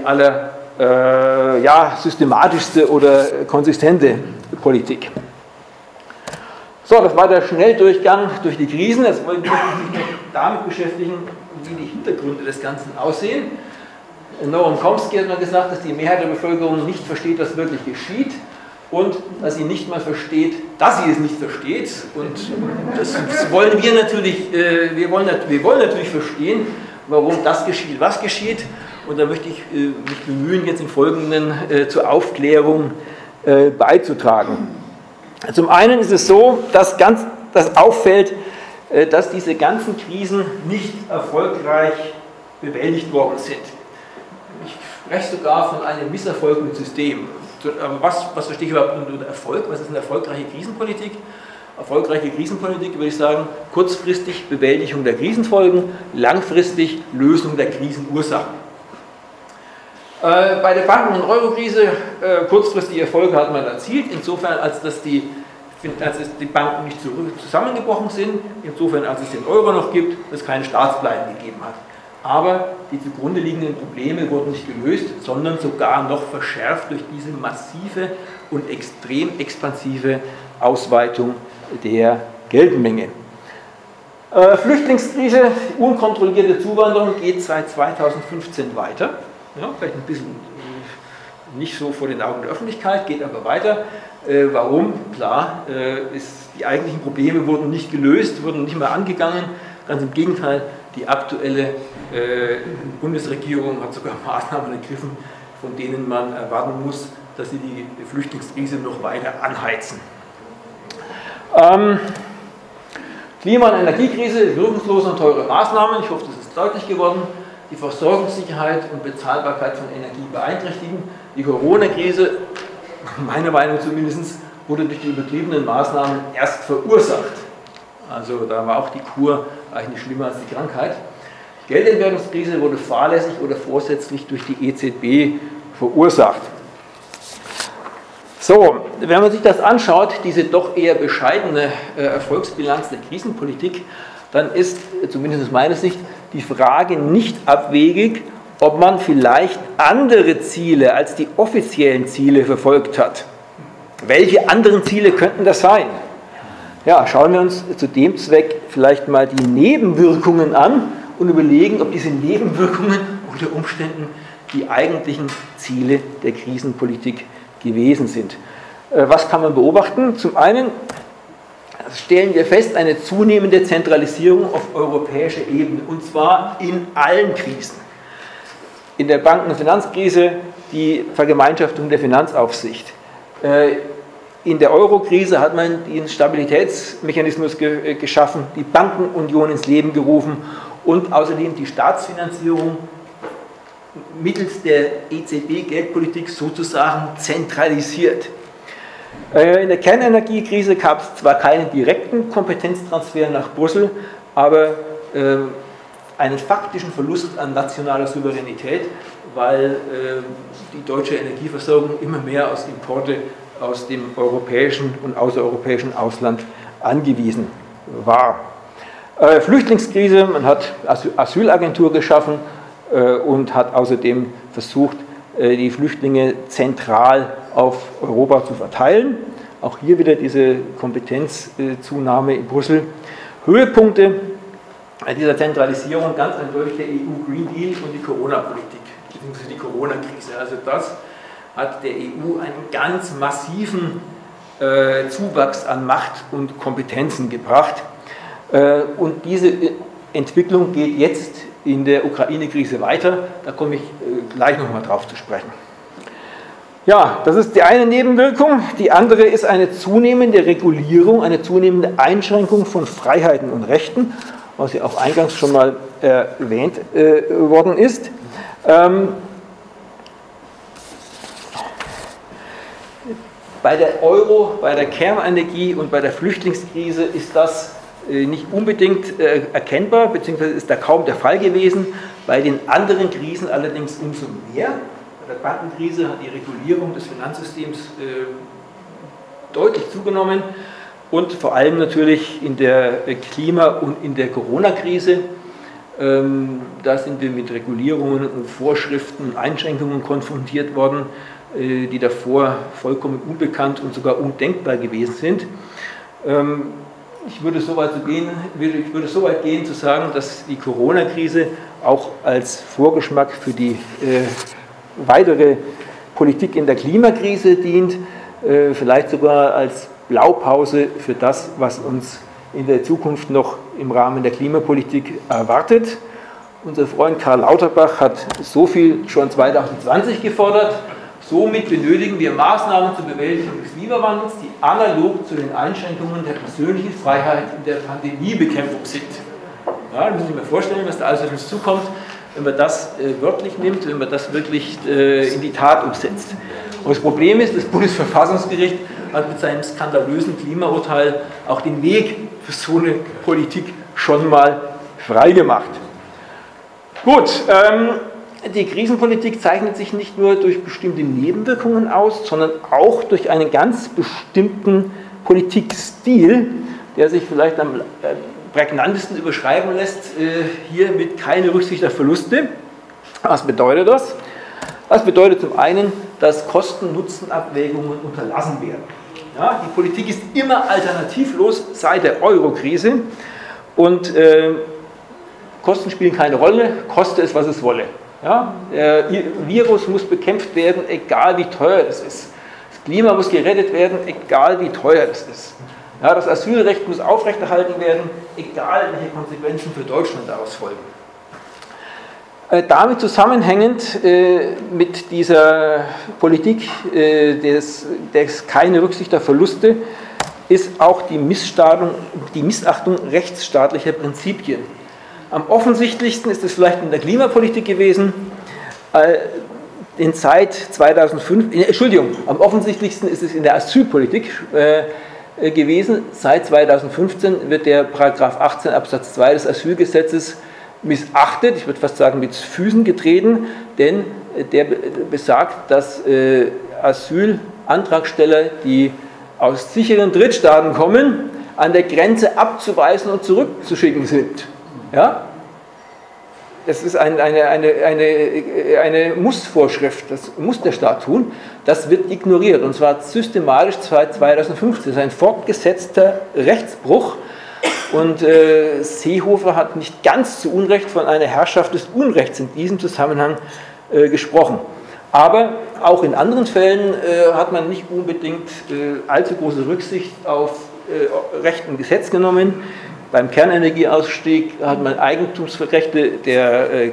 systematischste oder konsistente Politik. So, das war der Schnelldurchgang durch die Krisen. Jetzt wollen wir uns damit beschäftigen, wie die Hintergründe des Ganzen aussehen. Noam Chomsky hat mal gesagt, dass die Mehrheit der Bevölkerung nicht versteht, was wirklich geschieht und dass sie nicht mal versteht, dass sie es nicht versteht. Und das wollen wir natürlich, wir wollen natürlich verstehen, warum das geschieht, was geschieht. Und da möchte ich mich bemühen, jetzt im Folgenden zur Aufklärung beizutragen. Zum einen ist es so, dass auffällt, dass diese ganzen Krisen nicht erfolgreich bewältigt worden sind. Ich spreche sogar von einem Misserfolg mit System. Aber was verstehe ich überhaupt unter Erfolg? Was ist eine erfolgreiche Krisenpolitik? Erfolgreiche Krisenpolitik, würde ich sagen, kurzfristig Bewältigung der Krisenfolgen, langfristig Lösung der Krisenursachen. Bei der Banken- und Eurokrise kurzfristige Erfolge hat man erzielt, insofern als die Banken nicht zusammengebrochen sind, insofern als es den Euro noch gibt, es keine Staatspleiten gegeben hat. Aber die zugrunde liegenden Probleme wurden nicht gelöst, sondern sogar noch verschärft durch diese massive und extrem expansive Ausweitung der Geldmenge. Flüchtlingskrise, unkontrollierte Zuwanderung geht seit 2015 weiter. Ja, vielleicht ein bisschen nicht so vor den Augen der Öffentlichkeit, geht aber weiter. Warum? Klar, die eigentlichen Probleme wurden nicht gelöst, wurden nicht mehr angegangen. Ganz im Gegenteil, die aktuelle Bundesregierung hat sogar Maßnahmen ergriffen, von denen man erwarten muss, dass sie die Flüchtlingskrise noch weiter anheizen. Klima- und Energiekrise, wirkungslose und teure Maßnahmen, ich hoffe, das ist deutlich geworden. Die Versorgungssicherheit und Bezahlbarkeit von Energie beeinträchtigen. Die Corona-Krise, meiner Meinung zumindest, wurde durch die übertriebenen Maßnahmen erst verursacht. Also da war auch die Kur eigentlich schlimmer als die Krankheit. Die Geldentwertungskrise wurde fahrlässig oder vorsätzlich durch die EZB verursacht. So, wenn man sich das anschaut, diese doch eher bescheidene Erfolgsbilanz der Krisenpolitik, dann ist, zumindest aus meiner Sicht, die Frage nicht abwegig, ob man vielleicht andere Ziele als die offiziellen Ziele verfolgt hat. Welche anderen Ziele könnten das sein? Ja, schauen wir uns zu dem Zweck vielleicht mal die Nebenwirkungen an und überlegen, ob diese Nebenwirkungen unter Umständen die eigentlichen Ziele der Krisenpolitik gewesen sind. Was kann man beobachten? Zum einen stellen wir fest, eine zunehmende Zentralisierung auf europäischer Ebene, und zwar in allen Krisen. In der Banken- und Finanzkrise die Vergemeinschaftung der Finanzaufsicht. In der Euro-Krise hat man den Stabilitätsmechanismus geschaffen, die Bankenunion ins Leben gerufen und außerdem die Staatsfinanzierung mittels der EZB-Geldpolitik sozusagen zentralisiert. In der Kernenergiekrise gab es zwar keinen direkten Kompetenztransfer nach Brüssel, aber einen faktischen Verlust an nationaler Souveränität, weil die deutsche Energieversorgung immer mehr aus Importe aus dem europäischen und außereuropäischen Ausland angewiesen war. Flüchtlingskrise, man hat Asylagentur geschaffen und hat außerdem versucht, die Flüchtlinge zentral auf Europa zu verteilen. Auch hier wieder diese Kompetenzzunahme in Brüssel. Höhepunkte dieser Zentralisierung ganz eindeutig der EU Green Deal und die Corona-Politik, beziehungsweise die Corona-Krise. Also das hat der EU einen ganz massiven Zuwachs an Macht und Kompetenzen gebracht. Und diese Entwicklung geht jetzt in der Ukraine-Krise weiter. Da komme ich gleich nochmal drauf zu sprechen. Ja, das ist die eine Nebenwirkung. Die andere ist eine zunehmende Regulierung, eine zunehmende Einschränkung von Freiheiten und Rechten, was ja auch eingangs schon mal erwähnt worden ist. Bei der Kernenergie und bei der Flüchtlingskrise ist das nicht unbedingt erkennbar, beziehungsweise ist da kaum der Fall gewesen. Bei den anderen Krisen allerdings umso mehr. Bei der Bankenkrise hat die Regulierung des Finanzsystems deutlich zugenommen und vor allem natürlich in der Klima- und in der Corona-Krise. Da sind wir mit Regulierungen und Vorschriften und Einschränkungen konfrontiert worden, die davor vollkommen unbekannt und sogar undenkbar gewesen sind. Ich würde so weit gehen zu sagen, dass die Corona-Krise auch als Vorgeschmack für die weitere Politik in der Klimakrise dient, vielleicht sogar als Blaupause für das, was uns in der Zukunft noch im Rahmen der Klimapolitik erwartet. Unser Freund Karl Lauterbach hat so viel schon 2020 gefordert. Somit benötigen wir Maßnahmen zur Bewältigung des Klimawandels, die analog zu den Einschränkungen der persönlichen Freiheit in der Pandemiebekämpfung sind. Ja, da muss ich mir vorstellen, was da alles auf uns zukommt, wenn man das wörtlich nimmt, wenn man das wirklich in die Tat umsetzt. Und das Problem ist, das Bundesverfassungsgericht hat mit seinem skandalösen Klimaurteil auch den Weg für so eine Politik schon mal freigemacht. Gut, die Krisenpolitik zeichnet sich nicht nur durch bestimmte Nebenwirkungen aus, sondern auch durch einen ganz bestimmten Politikstil, der sich vielleicht am prägnantesten überschreiben lässt, hier mit keine Rücksicht auf Verluste. Was bedeutet das? Das bedeutet zum einen, dass Kosten-Nutzen-Abwägungen unterlassen werden. Ja, die Politik ist immer alternativlos seit der Euro-Krise und Kosten spielen keine Rolle, koste es, was es wolle. Ja, der Virus muss bekämpft werden, egal wie teuer es ist. Das Klima muss gerettet werden, egal wie teuer es ist. Ja, das Asylrecht muss aufrechterhalten werden, egal welche Konsequenzen für Deutschland daraus folgen. Damit zusammenhängend mit dieser Politik des keine Rücksicht auf Verluste ist auch die Missachtung rechtsstaatlicher Prinzipien. Am offensichtlichsten ist es vielleicht in der Klimapolitik gewesen, am offensichtlichsten ist es in der Asylpolitik gewesen. Seit 2015 wird der Paragraph 18 Absatz 2 des Asylgesetzes missachtet, ich würde fast sagen mit Füßen getreten, denn der besagt, dass Asylantragsteller, die aus sicheren Drittstaaten kommen, an der Grenze abzuweisen und zurückzuschicken sind. Ja? Das ist eine Mussvorschrift, das muss der Staat tun, das wird ignoriert und zwar systematisch seit 2015. Das ist ein fortgesetzter Rechtsbruch und Seehofer hat nicht ganz zu Unrecht von einer Herrschaft des Unrechts in diesem Zusammenhang gesprochen. Aber auch in anderen Fällen hat man nicht unbedingt allzu große Rücksicht auf Recht und Gesetz genommen. Beim Kernenergieausstieg hat man Eigentumsrechte der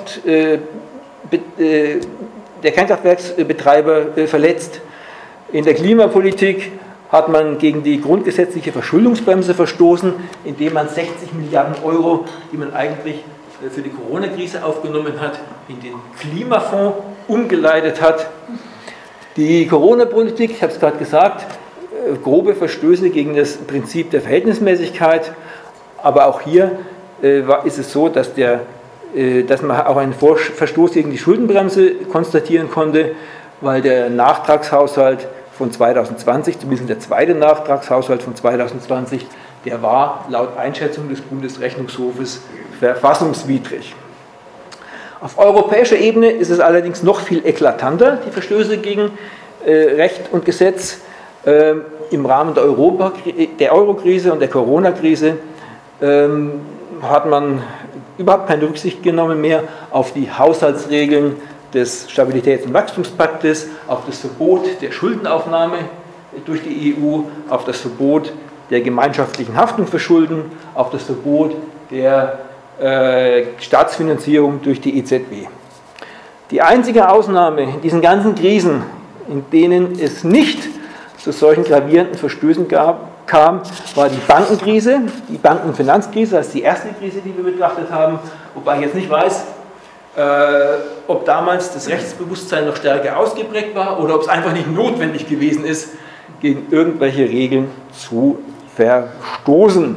Kernkraftwerksbetreiber verletzt. In der Klimapolitik hat man gegen die grundgesetzliche Verschuldungsbremse verstoßen, indem man 60 Milliarden Euro, die man eigentlich für die Corona-Krise aufgenommen hat, in den Klimafonds umgeleitet hat. Die Corona-Politik, ich habe es gerade gesagt, grobe Verstöße gegen das Prinzip der Verhältnismäßigkeit, aber auch hier ist es so, dass man auch einen Verstoß gegen die Schuldenbremse konstatieren konnte, weil der Nachtragshaushalt von 2020, zumindest der zweite Nachtragshaushalt von 2020, der war laut Einschätzung des Bundesrechnungshofes verfassungswidrig. Auf europäischer Ebene ist es allerdings noch viel eklatanter, die Verstöße gegen Recht und Gesetz. Im Rahmen der Euro-Krise und der Corona-Krise hat man überhaupt keine Rücksicht genommen mehr auf die Haushaltsregeln des Stabilitäts- und Wachstumspaktes, auf das Verbot der Schuldenaufnahme durch die EU, auf das Verbot der gemeinschaftlichen Haftung verschulden, auch das Verbot der Staatsfinanzierung durch die EZB. Die einzige Ausnahme in diesen ganzen Krisen, in denen es nicht zu solchen gravierenden Verstößen kam, war die Bankenkrise, die Banken- und Finanzkrise, das ist die erste Krise, die wir betrachtet haben, wobei ich jetzt nicht weiß, ob damals das Rechtsbewusstsein noch stärker ausgeprägt war oder ob es einfach nicht notwendig gewesen ist, gegen irgendwelche Regeln zu verstoßen.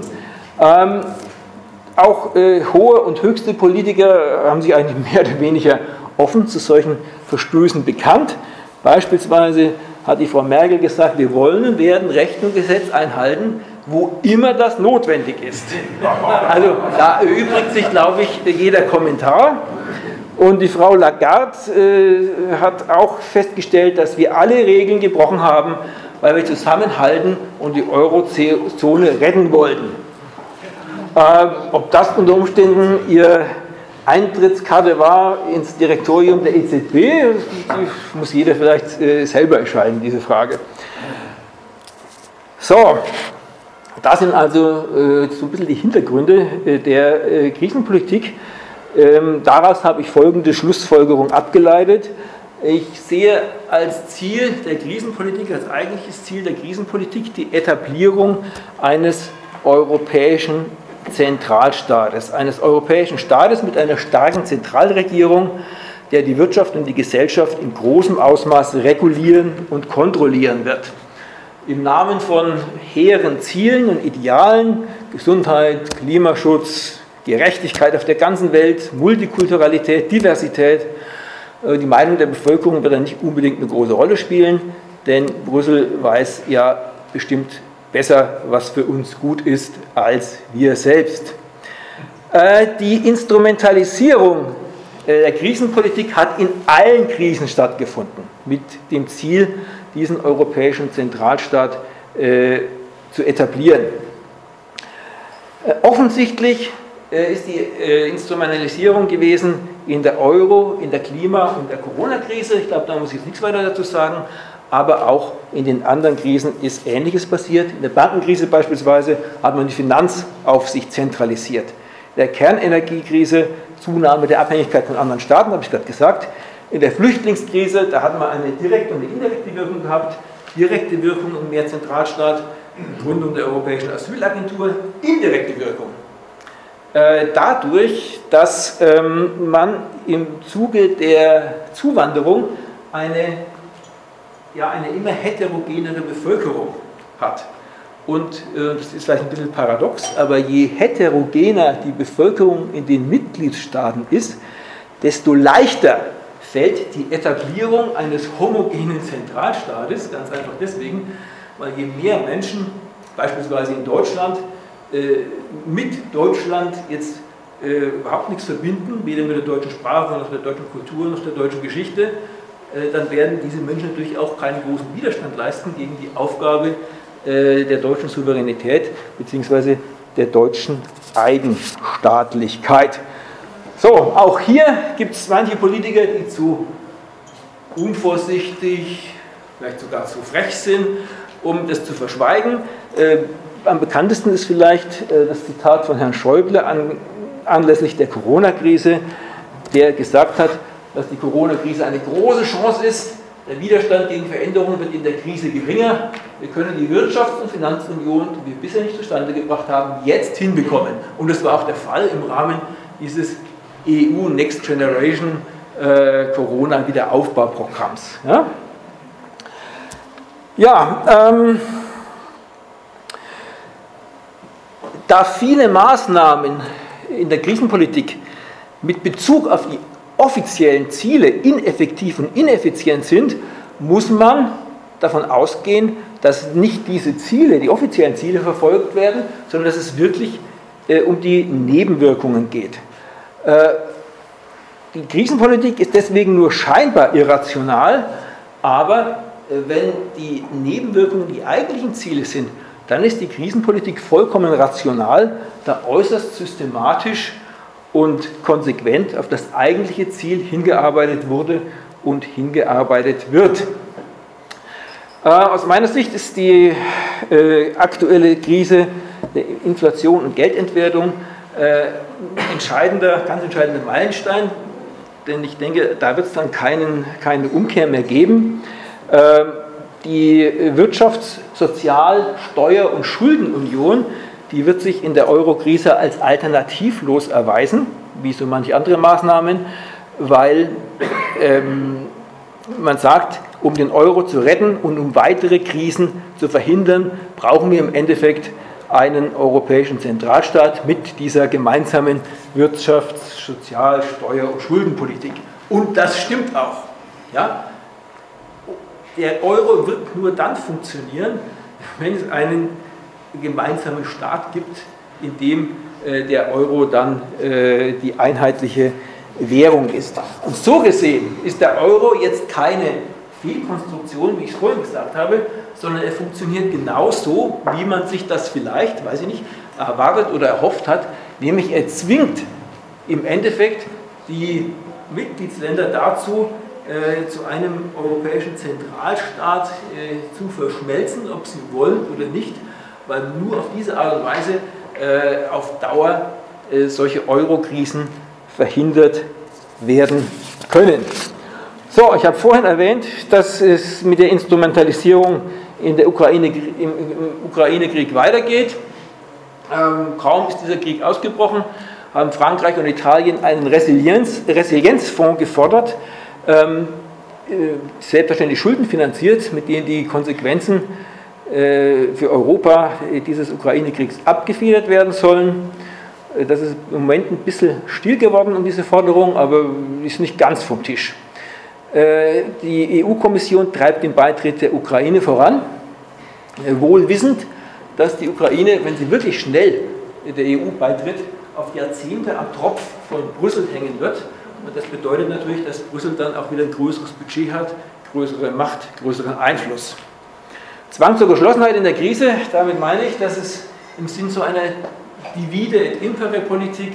Auch hohe und höchste Politiker haben sich eigentlich mehr oder weniger offen zu solchen Verstößen bekannt. Beispielsweise hat die Frau Merkel gesagt, wir wollen und werden Recht und Gesetz einhalten, wo immer das notwendig ist. Also da erübrigt sich, glaube ich, jeder Kommentar. Und die Frau Lagarde hat auch festgestellt, dass wir alle Regeln gebrochen haben, weil wir zusammenhalten und die Eurozone retten wollten. Ob das unter Umständen ihr Eintrittskarte war ins Direktorium der EZB, die muss jeder vielleicht selber entscheiden, diese Frage. So, das sind also so ein bisschen die Hintergründe der Krisenpolitik. Daraus habe ich folgende Schlussfolgerung abgeleitet. Ich sehe als Ziel der Krisenpolitik, als eigentliches Ziel der Krisenpolitik die Etablierung eines europäischen Zentralstaates, eines europäischen Staates mit einer starken Zentralregierung, der die Wirtschaft und die Gesellschaft in großem Ausmaß regulieren und kontrollieren wird. Im Namen von hehren Zielen und Idealen, Gesundheit, Klimaschutz, Gerechtigkeit auf der ganzen Welt, Multikulturalität, Diversität, die Meinung der Bevölkerung wird da nicht unbedingt eine große Rolle spielen, denn Brüssel weiß ja bestimmt besser, was für uns gut ist, als wir selbst. Die Instrumentalisierung der Krisenpolitik hat in allen Krisen stattgefunden, mit dem Ziel, diesen europäischen Zentralstaat zu etablieren. Offensichtlich ist die Instrumentalisierung gewesen in der Euro-, in der Klima- und der Corona-Krise. Ich glaube, da muss ich jetzt nichts weiter dazu sagen. Aber auch in den anderen Krisen ist Ähnliches passiert. In der Bankenkrise beispielsweise hat man die Finanzaufsicht zentralisiert. In der Kernenergiekrise Zunahme der Abhängigkeit von anderen Staaten, habe ich gerade gesagt. In der Flüchtlingskrise, da hat man eine direkte und eine indirekte Wirkung gehabt. Direkte Wirkung und mehr Zentralstaat, Gründung der Europäischen Asylagentur. Indirekte Wirkung. Dadurch, dass man im Zuge der Zuwanderung eine immer heterogenere Bevölkerung hat. Und das ist vielleicht ein bisschen paradox, aber je heterogener die Bevölkerung in den Mitgliedstaaten ist, desto leichter fällt die Etablierung eines homogenen Zentralstaates, ganz einfach deswegen, weil je mehr Menschen, beispielsweise in Deutschland, mit Deutschland jetzt überhaupt nichts verbinden, weder mit der deutschen Sprache, noch der deutschen Kultur, noch der deutschen Geschichte, dann werden diese Menschen natürlich auch keinen großen Widerstand leisten gegen die Aufgabe der deutschen Souveränität bzw. der deutschen Eigenstaatlichkeit. So, auch hier gibt es manche Politiker, die zu unvorsichtig, vielleicht sogar zu frech sind, um das zu verschweigen. Am bekanntesten ist vielleicht das Zitat von Herrn Schäuble anlässlich der Corona-Krise, der gesagt hat, dass die Corona-Krise eine große Chance ist. Der Widerstand gegen Veränderungen wird in der Krise geringer. Wir können die Wirtschafts- und Finanzunion, die wir bisher nicht zustande gebracht haben, jetzt hinbekommen. Und das war auch der Fall im Rahmen dieses EU Next Generation Corona-Wiederaufbauprogramms. Da viele Maßnahmen in der Krisenpolitik mit Bezug auf die offiziellen Ziele ineffektiv und ineffizient sind, muss man davon ausgehen, dass nicht diese Ziele, die offiziellen Ziele verfolgt werden, sondern dass es wirklich um die Nebenwirkungen geht. Die Krisenpolitik ist deswegen nur scheinbar irrational, aber wenn die Nebenwirkungen die eigentlichen Ziele sind, dann ist die Krisenpolitik vollkommen rational, da äußerst systematisch und konsequent auf das eigentliche Ziel hingearbeitet wurde und hingearbeitet wird. Aus meiner Sicht ist die aktuelle Krise der Inflation und Geldentwertung ganz entscheidender Meilenstein, denn ich denke, da wird es dann keine Umkehr mehr geben. Die Wirtschafts-, Sozial-, Steuer- und Schuldenunion, die wird sich in der Euro-Krise als alternativlos erweisen, wie so manche andere Maßnahmen, weil man sagt, um den Euro zu retten und um weitere Krisen zu verhindern, brauchen wir im Endeffekt einen europäischen Zentralstaat mit dieser gemeinsamen Wirtschafts-, Sozial-, Steuer- und Schuldenpolitik. Und das stimmt auch. Ja? Der Euro wird nur dann funktionieren, wenn es einen gemeinsamen Staat gibt, in dem der Euro dann die einheitliche Währung ist. Und so gesehen ist der Euro jetzt keine Fehlkonstruktion, wie ich es vorhin gesagt habe, sondern er funktioniert genauso, wie man sich das vielleicht, weiß ich nicht, erwartet oder erhofft hat, nämlich er zwingt im Endeffekt die Mitgliedsländer dazu, zu einem europäischen Zentralstaat zu verschmelzen, ob sie wollen oder nicht, weil nur auf diese Art und Weise auf Dauer solche Euro-Krisen verhindert werden können. So, ich habe vorhin erwähnt, dass es mit der Instrumentalisierung im Ukraine-Krieg weitergeht. Kaum ist dieser Krieg ausgebrochen, haben Frankreich und Italien einen Resilienzfonds gefordert, selbstverständlich schuldenfinanziert, mit denen die Konsequenzen für Europa dieses Ukraine-Kriegs abgefedert werden sollen. Das ist im Moment ein bisschen still geworden um diese Forderung, aber ist nicht ganz vom Tisch. Die EU-Kommission treibt den Beitritt der Ukraine voran, wohl wissend, dass die Ukraine, wenn sie wirklich schnell der EU beitritt, auf Jahrzehnte am Tropf von Brüssel hängen wird. Und das bedeutet natürlich, dass Brüssel dann auch wieder ein größeres Budget hat, größere Macht, größeren Einfluss. Zwang zur Geschlossenheit in der Krise, damit meine ich, dass es im Sinn so einer Divide et Impere Politik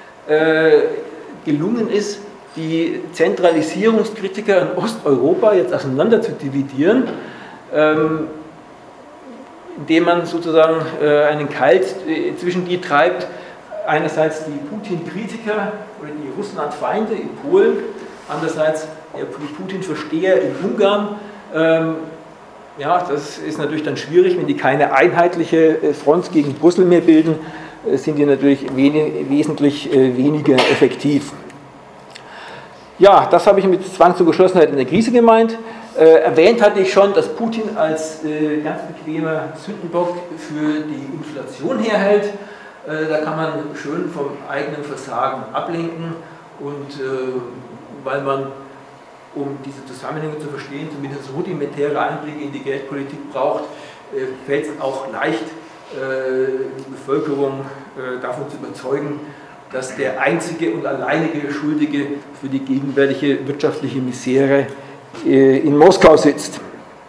gelungen ist, die Zentralisierungskritiker in Osteuropa jetzt auseinander zu dividieren, indem man sozusagen einen Keil zwischen die treibt, einerseits die Putin-Kritiker oder die Russland-Feinde in Polen, andererseits die Putin-Versteher in Ungarn. Ja, das ist natürlich dann schwierig, wenn die keine einheitliche Front gegen Brüssel mehr bilden, sind die natürlich wesentlich weniger effektiv. Ja, das habe ich mit Zwang zur Geschlossenheit in der Krise gemeint. Erwähnt hatte ich schon, dass Putin als ganz bequemer Sündenbock für die Inflation herhält. Da kann man schön vom eigenen Versagen ablenken und weil man, um diese Zusammenhänge zu verstehen, zumindest rudimentäre Einblicke in die Geldpolitik braucht, fällt es auch leicht, die Bevölkerung davon zu überzeugen, dass der einzige und alleinige Schuldige für die gegenwärtige wirtschaftliche Misere in Moskau sitzt.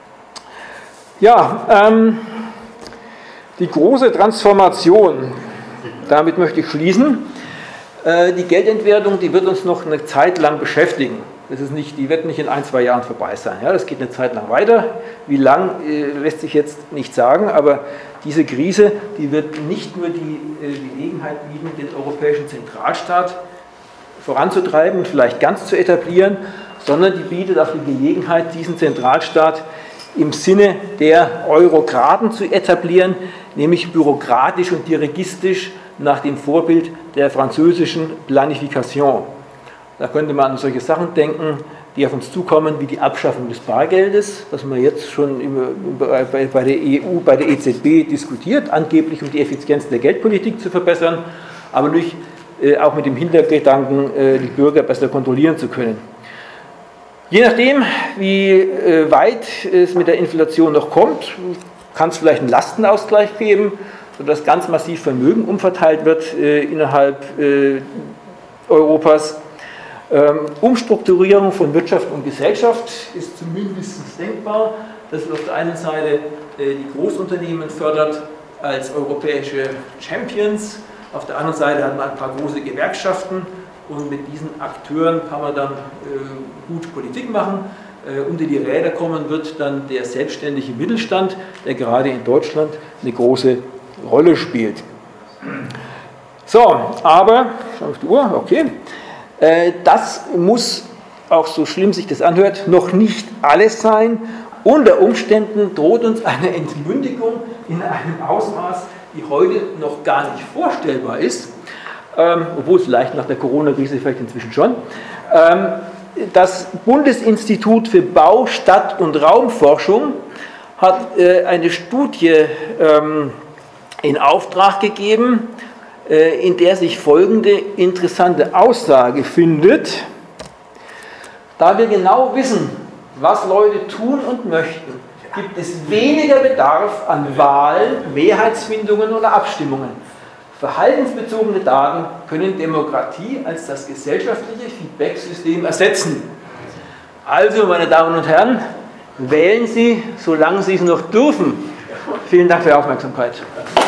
Ja, die große Transformation, damit möchte ich schließen. Die Geldentwertung, die wird uns noch eine Zeit lang beschäftigen. Die wird nicht in 1-2 Jahren vorbei sein. Ja, das geht eine Zeit lang weiter. Wie lang, lässt sich jetzt nicht sagen, aber diese Krise, die wird nicht nur die Gelegenheit bieten, den europäischen Zentralstaat voranzutreiben und vielleicht ganz zu etablieren, sondern die bietet auch die Gelegenheit, diesen Zentralstaat im Sinne der Eurokraten zu etablieren, nämlich bürokratisch und dirigistisch nach dem Vorbild der französischen Planification. Da könnte man an solche Sachen denken, die auf uns zukommen, wie die Abschaffung des Bargeldes, das man jetzt schon bei der EU, bei der EZB diskutiert, angeblich um die Effizienz der Geldpolitik zu verbessern, aber auch mit dem Hintergedanken, die Bürger besser kontrollieren zu können. Je nachdem, wie weit es mit der Inflation noch kommt, kann es vielleicht einen Lastenausgleich geben, sodass ganz massiv Vermögen umverteilt wird innerhalb Europas. Umstrukturierung von Wirtschaft und Gesellschaft ist zumindest denkbar, dass es auf der einen Seite die Großunternehmen fördert als europäische Champions, auf der anderen Seite hat man ein paar große Gewerkschaften und mit diesen Akteuren kann man dann gut Politik machen. unter die Räder kommen wird dann der selbstständige Mittelstand, der gerade in Deutschland eine große Rolle spielt. So, aber, schau auf die Uhr, okay, das muss, auch so schlimm sich das anhört, noch nicht alles sein. Unter Umständen droht uns eine Entmündigung in einem Ausmaß, die heute noch gar nicht vorstellbar ist, obwohl es vielleicht nach der Corona-Krise vielleicht inzwischen schon. Das Bundesinstitut für Bau-, Stadt- und Raumforschung hat eine Studie in Auftrag gegeben, in der sich folgende interessante Aussage findet. Da wir genau wissen, was Leute tun und möchten, gibt es weniger Bedarf an Wahlen, Mehrheitsfindungen oder Abstimmungen. Verhaltensbezogene Daten können Demokratie als das gesellschaftliche Feedback-System ersetzen. Also, meine Damen und Herren, wählen Sie, solange Sie es noch dürfen. Vielen Dank für die Aufmerksamkeit.